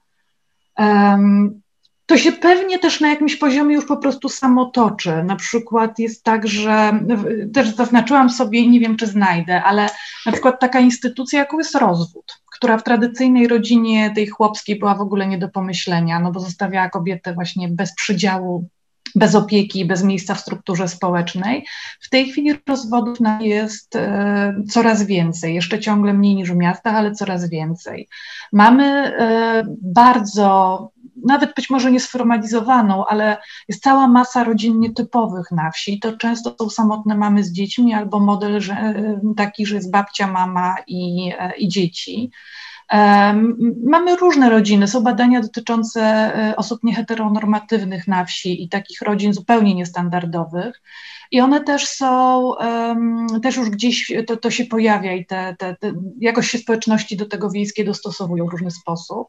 to się pewnie też na jakimś poziomie już po prostu samo toczy. Na przykład jest tak, że też zaznaczyłam sobie, nie wiem czy znajdę, ale na przykład taka instytucja, jaką jest rozwód, która w tradycyjnej rodzinie tej chłopskiej była w ogóle nie do pomyślenia, no bo zostawiała kobietę właśnie bez przydziału, bez opieki, bez miejsca w strukturze społecznej. W tej chwili rozwodów jest coraz więcej, jeszcze ciągle mniej niż w miastach, ale coraz więcej. Mamy bardzo, nawet być może niesformalizowaną, ale jest cała masa rodzin nietypowych na wsi. To często są samotne mamy z dziećmi albo model taki, że jest babcia, mama i dzieci. Mamy różne rodziny, są badania dotyczące osób nieheteronormatywnych na wsi i takich rodzin zupełnie niestandardowych i one też są, też już gdzieś to się pojawia i jakoś się społeczności do tego wiejskie dostosowują w różny sposób.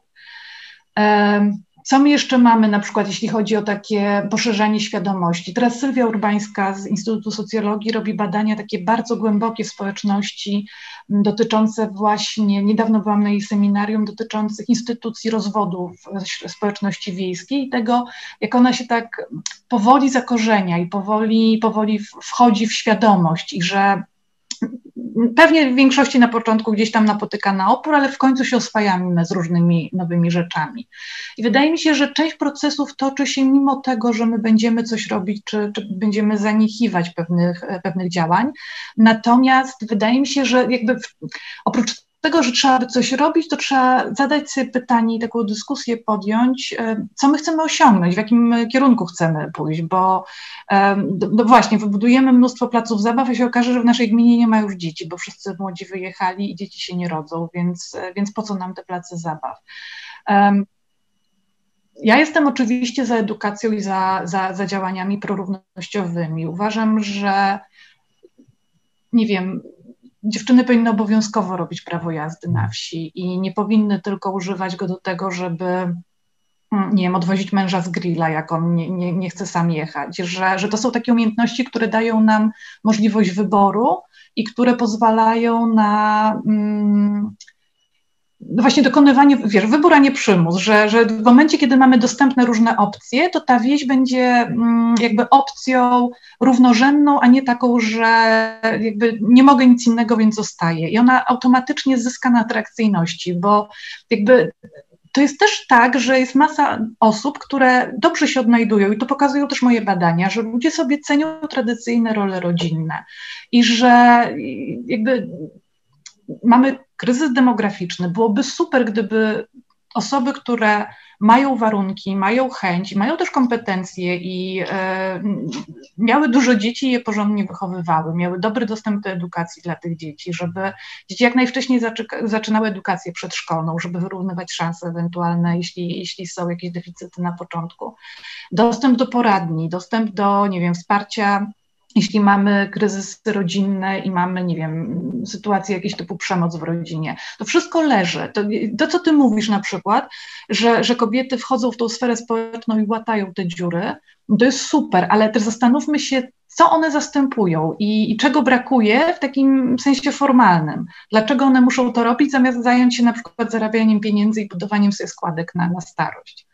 Co my jeszcze mamy na przykład, jeśli chodzi o takie poszerzanie świadomości? Teraz Sylwia Urbańska z Instytutu Socjologii robi badania takie bardzo głębokie w społeczności dotyczące właśnie, niedawno byłam na jej seminarium, dotyczących instytucji rozwodu w społeczności wiejskiej i tego, jak ona się tak powoli zakorzenia i powoli wchodzi w świadomość i że pewnie w większości na początku gdzieś tam napotyka na opór, ale w końcu się oswajamy z różnymi nowymi rzeczami. I wydaje mi się, że część procesów toczy się mimo tego, że my będziemy coś robić, czy będziemy zanichiwać pewnych działań. Natomiast wydaje mi się, że jakby oprócz tego, że trzeba by coś robić, to trzeba zadać sobie pytanie i taką dyskusję podjąć, co my chcemy osiągnąć, w jakim kierunku chcemy pójść, bo właśnie wybudujemy mnóstwo placów zabaw i się okaże, że w naszej gminie nie ma już dzieci, bo wszyscy młodzi wyjechali i dzieci się nie rodzą, więc po co nam te place zabaw? Ja jestem oczywiście za edukacją i za działaniami prorównościowymi. Uważam, że nie wiem, dziewczyny powinny obowiązkowo robić prawo jazdy na wsi i nie powinny tylko używać go do tego, żeby, nie wiem, odwozić męża z grilla, jak on nie chce sam jechać, że to są takie umiejętności, które dają nam możliwość wyboru i które pozwalają na właśnie dokonywanie, wiesz, wybór, a nie przymus, że w momencie, kiedy mamy dostępne różne opcje, to ta wieś będzie jakby opcją równorzędną, a nie taką, że jakby nie mogę nic innego, więc zostaję. I ona automatycznie zyska na atrakcyjności, bo jakby to jest też tak, że jest masa osób, które dobrze się odnajdują i to pokazują też moje badania, że ludzie sobie cenią tradycyjne role rodzinne i że jakby mamy kryzys demograficzny. Byłoby super, gdyby osoby, które mają warunki, mają chęć, mają też kompetencje i miały dużo dzieci i je porządnie wychowywały, miały dobry dostęp do edukacji dla tych dzieci, żeby dzieci jak najwcześniej zaczynały edukację przedszkolną, żeby wyrównywać szanse ewentualne, jeśli są jakieś deficyty na początku. Dostęp do poradni, dostęp do, nie wiem, wsparcia, jeśli mamy kryzysy rodzinne i mamy, nie wiem, sytuację jakiegoś typu przemoc w rodzinie. To wszystko leży. To co ty mówisz na przykład, że kobiety wchodzą w tą sferę społeczną i łatają te dziury, to jest super, ale też zastanówmy się, co one zastępują i czego brakuje w takim sensie formalnym. Dlaczego one muszą to robić, zamiast zająć się na przykład zarabianiem pieniędzy i budowaniem sobie składek na starość.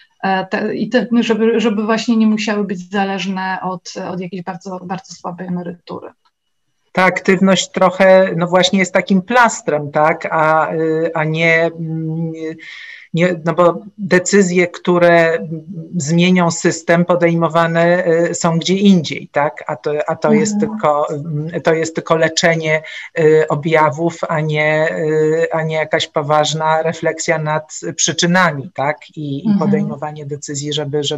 Żeby właśnie nie musiały być zależne od jakiejś bardzo, bardzo słabej emerytury. Ta aktywność trochę, no właśnie jest takim plastrem, tak, a nie, no bo decyzje, które zmienią system, podejmowane są gdzie indziej, tak, a to jest tylko leczenie objawów, a nie jakaś poważna refleksja nad przyczynami, tak, i podejmowanie decyzji,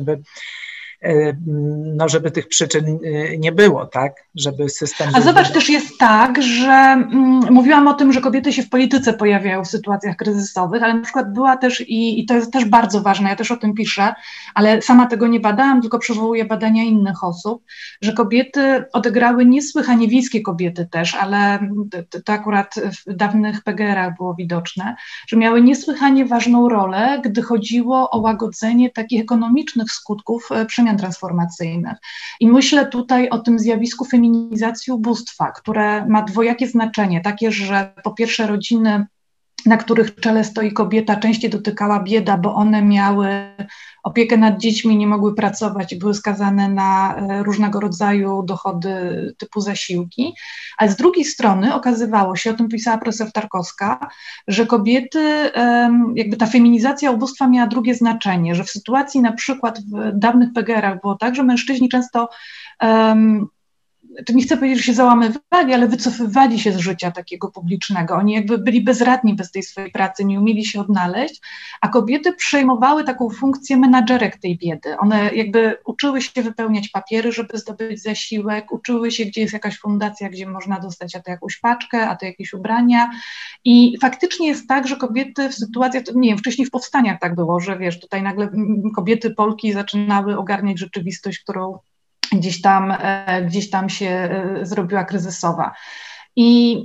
żeby tych przyczyn nie było, tak? Żeby system... A zobacz, też jest tak, że mówiłam o tym, że kobiety się w polityce pojawiają w sytuacjach kryzysowych, ale na przykład była też, i to jest też bardzo ważne, ja też o tym piszę, ale sama tego nie badałam, tylko przywołuję badania innych osób, że kobiety odegrały niesłychanie, wiejskie kobiety też, ale to akurat w dawnych PGR-ach było widoczne, że miały niesłychanie ważną rolę, gdy chodziło o łagodzenie takich ekonomicznych skutków przemian transformacyjnych. I myślę tutaj o tym zjawisku feminizacji ubóstwa, które ma dwojakie znaczenie, takie, że po pierwsze rodziny, na których czele stoi kobieta, częściej dotykała bieda, bo one miały opiekę nad dziećmi, nie mogły pracować i były skazane na różnego rodzaju dochody typu zasiłki, ale z drugiej strony okazywało się, o tym pisała profesor Tarkowska, że kobiety, jakby ta feminizacja ubóstwa miała drugie znaczenie, że w sytuacji na przykład w dawnych PGR-ach było tak, że mężczyźni często to nie chcę powiedzieć, że się załamywali, ale wycofywali się z życia takiego publicznego. Oni jakby byli bezradni bez tej swojej pracy, nie umieli się odnaleźć, a kobiety przejmowały taką funkcję menadżerek tej biedy. One jakby uczyły się wypełniać papiery, żeby zdobyć zasiłek, uczyły się, gdzie jest jakaś fundacja, gdzie można dostać a to jakąś paczkę, a to jakieś ubrania. I faktycznie jest tak, że kobiety w sytuacjach, nie wiem, wcześniej w powstaniach tak było, że wiesz, tutaj nagle kobiety Polki zaczynały ogarniać rzeczywistość, którą gdzieś tam się zrobiła kryzysowa. I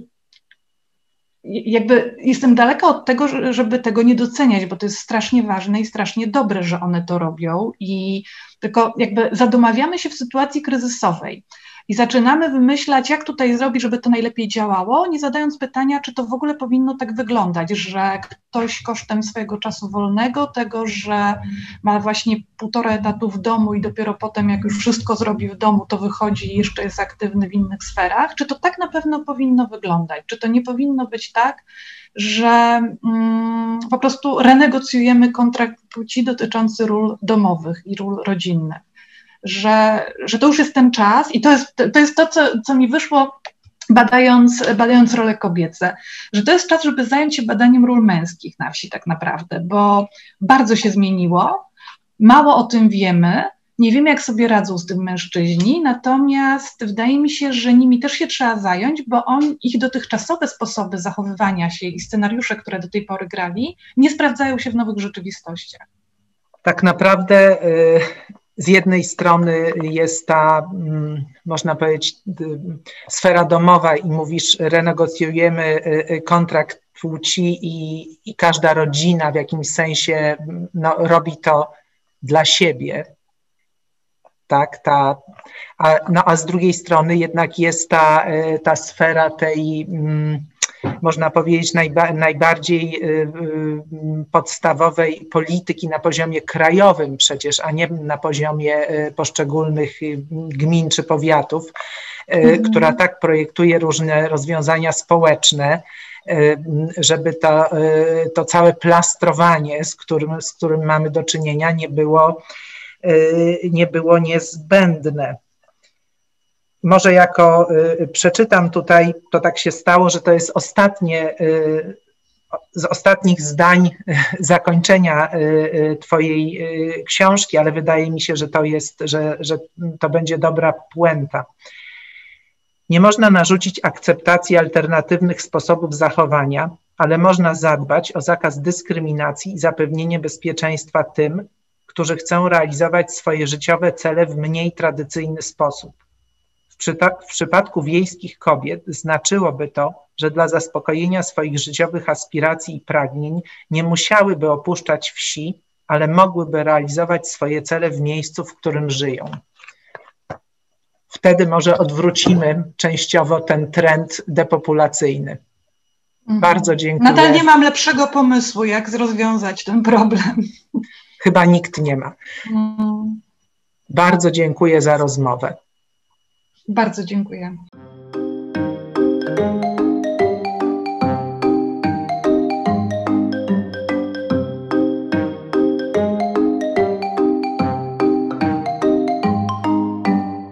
jakby jestem daleka od tego, żeby tego nie doceniać, bo to jest strasznie ważne i strasznie dobre, że one to robią. I tylko jakby zadomawiamy się w sytuacji kryzysowej i zaczynamy wymyślać, jak tutaj zrobić, żeby to najlepiej działało, nie zadając pytania, czy to w ogóle powinno tak wyglądać, że ktoś kosztem swojego czasu wolnego, tego, że ma właśnie 1,5 etatu w domu i dopiero potem, jak już wszystko zrobi w domu, to wychodzi i jeszcze jest aktywny w innych sferach, czy to tak na pewno powinno wyglądać, czy to nie powinno być tak, że po prostu renegocjujemy kontrakt płci dotyczący ról domowych i ról rodzinnych. Że to już jest ten czas i to jest to, co mi wyszło badając role kobiece, że to jest czas, żeby zająć się badaniem ról męskich na wsi tak naprawdę, bo bardzo się zmieniło, mało o tym wiemy, nie wiemy, jak sobie radzą z tym mężczyźni, natomiast wydaje mi się, że nimi też się trzeba zająć, bo ich dotychczasowe sposoby zachowywania się i scenariusze, które do tej pory grali, nie sprawdzają się w nowych rzeczywistościach. Tak naprawdę z jednej strony jest ta, można powiedzieć, sfera domowa i mówisz, renegocjujemy kontrakt płci i każda rodzina w jakimś sensie robi to dla siebie. Tak, a z drugiej strony jednak jest ta sfera tej, można powiedzieć, najbardziej podstawowej polityki na poziomie krajowym przecież, a nie na poziomie poszczególnych gmin czy powiatów, która tak projektuje różne rozwiązania społeczne, żeby to całe plastrowanie, z którym mamy do czynienia, nie było niezbędne. Może przeczytam tutaj, to tak się stało, że to jest z ostatnich zdań zakończenia twojej książki, ale wydaje mi się, że to będzie dobra puenta. Nie można narzucić akceptacji alternatywnych sposobów zachowania, ale można zadbać o zakaz dyskryminacji i zapewnienie bezpieczeństwa tym, którzy chcą realizować swoje życiowe cele w mniej tradycyjny sposób. W przypadku wiejskich kobiet znaczyłoby to, że dla zaspokojenia swoich życiowych aspiracji i pragnień nie musiałyby opuszczać wsi, ale mogłyby realizować swoje cele w miejscu, w którym żyją. Wtedy może odwrócimy częściowo ten trend depopulacyjny. Bardzo dziękuję. Nadal nie mam lepszego pomysłu, jak rozwiązać ten problem. Chyba nikt nie ma. Bardzo dziękuję za rozmowę. Bardzo dziękuję.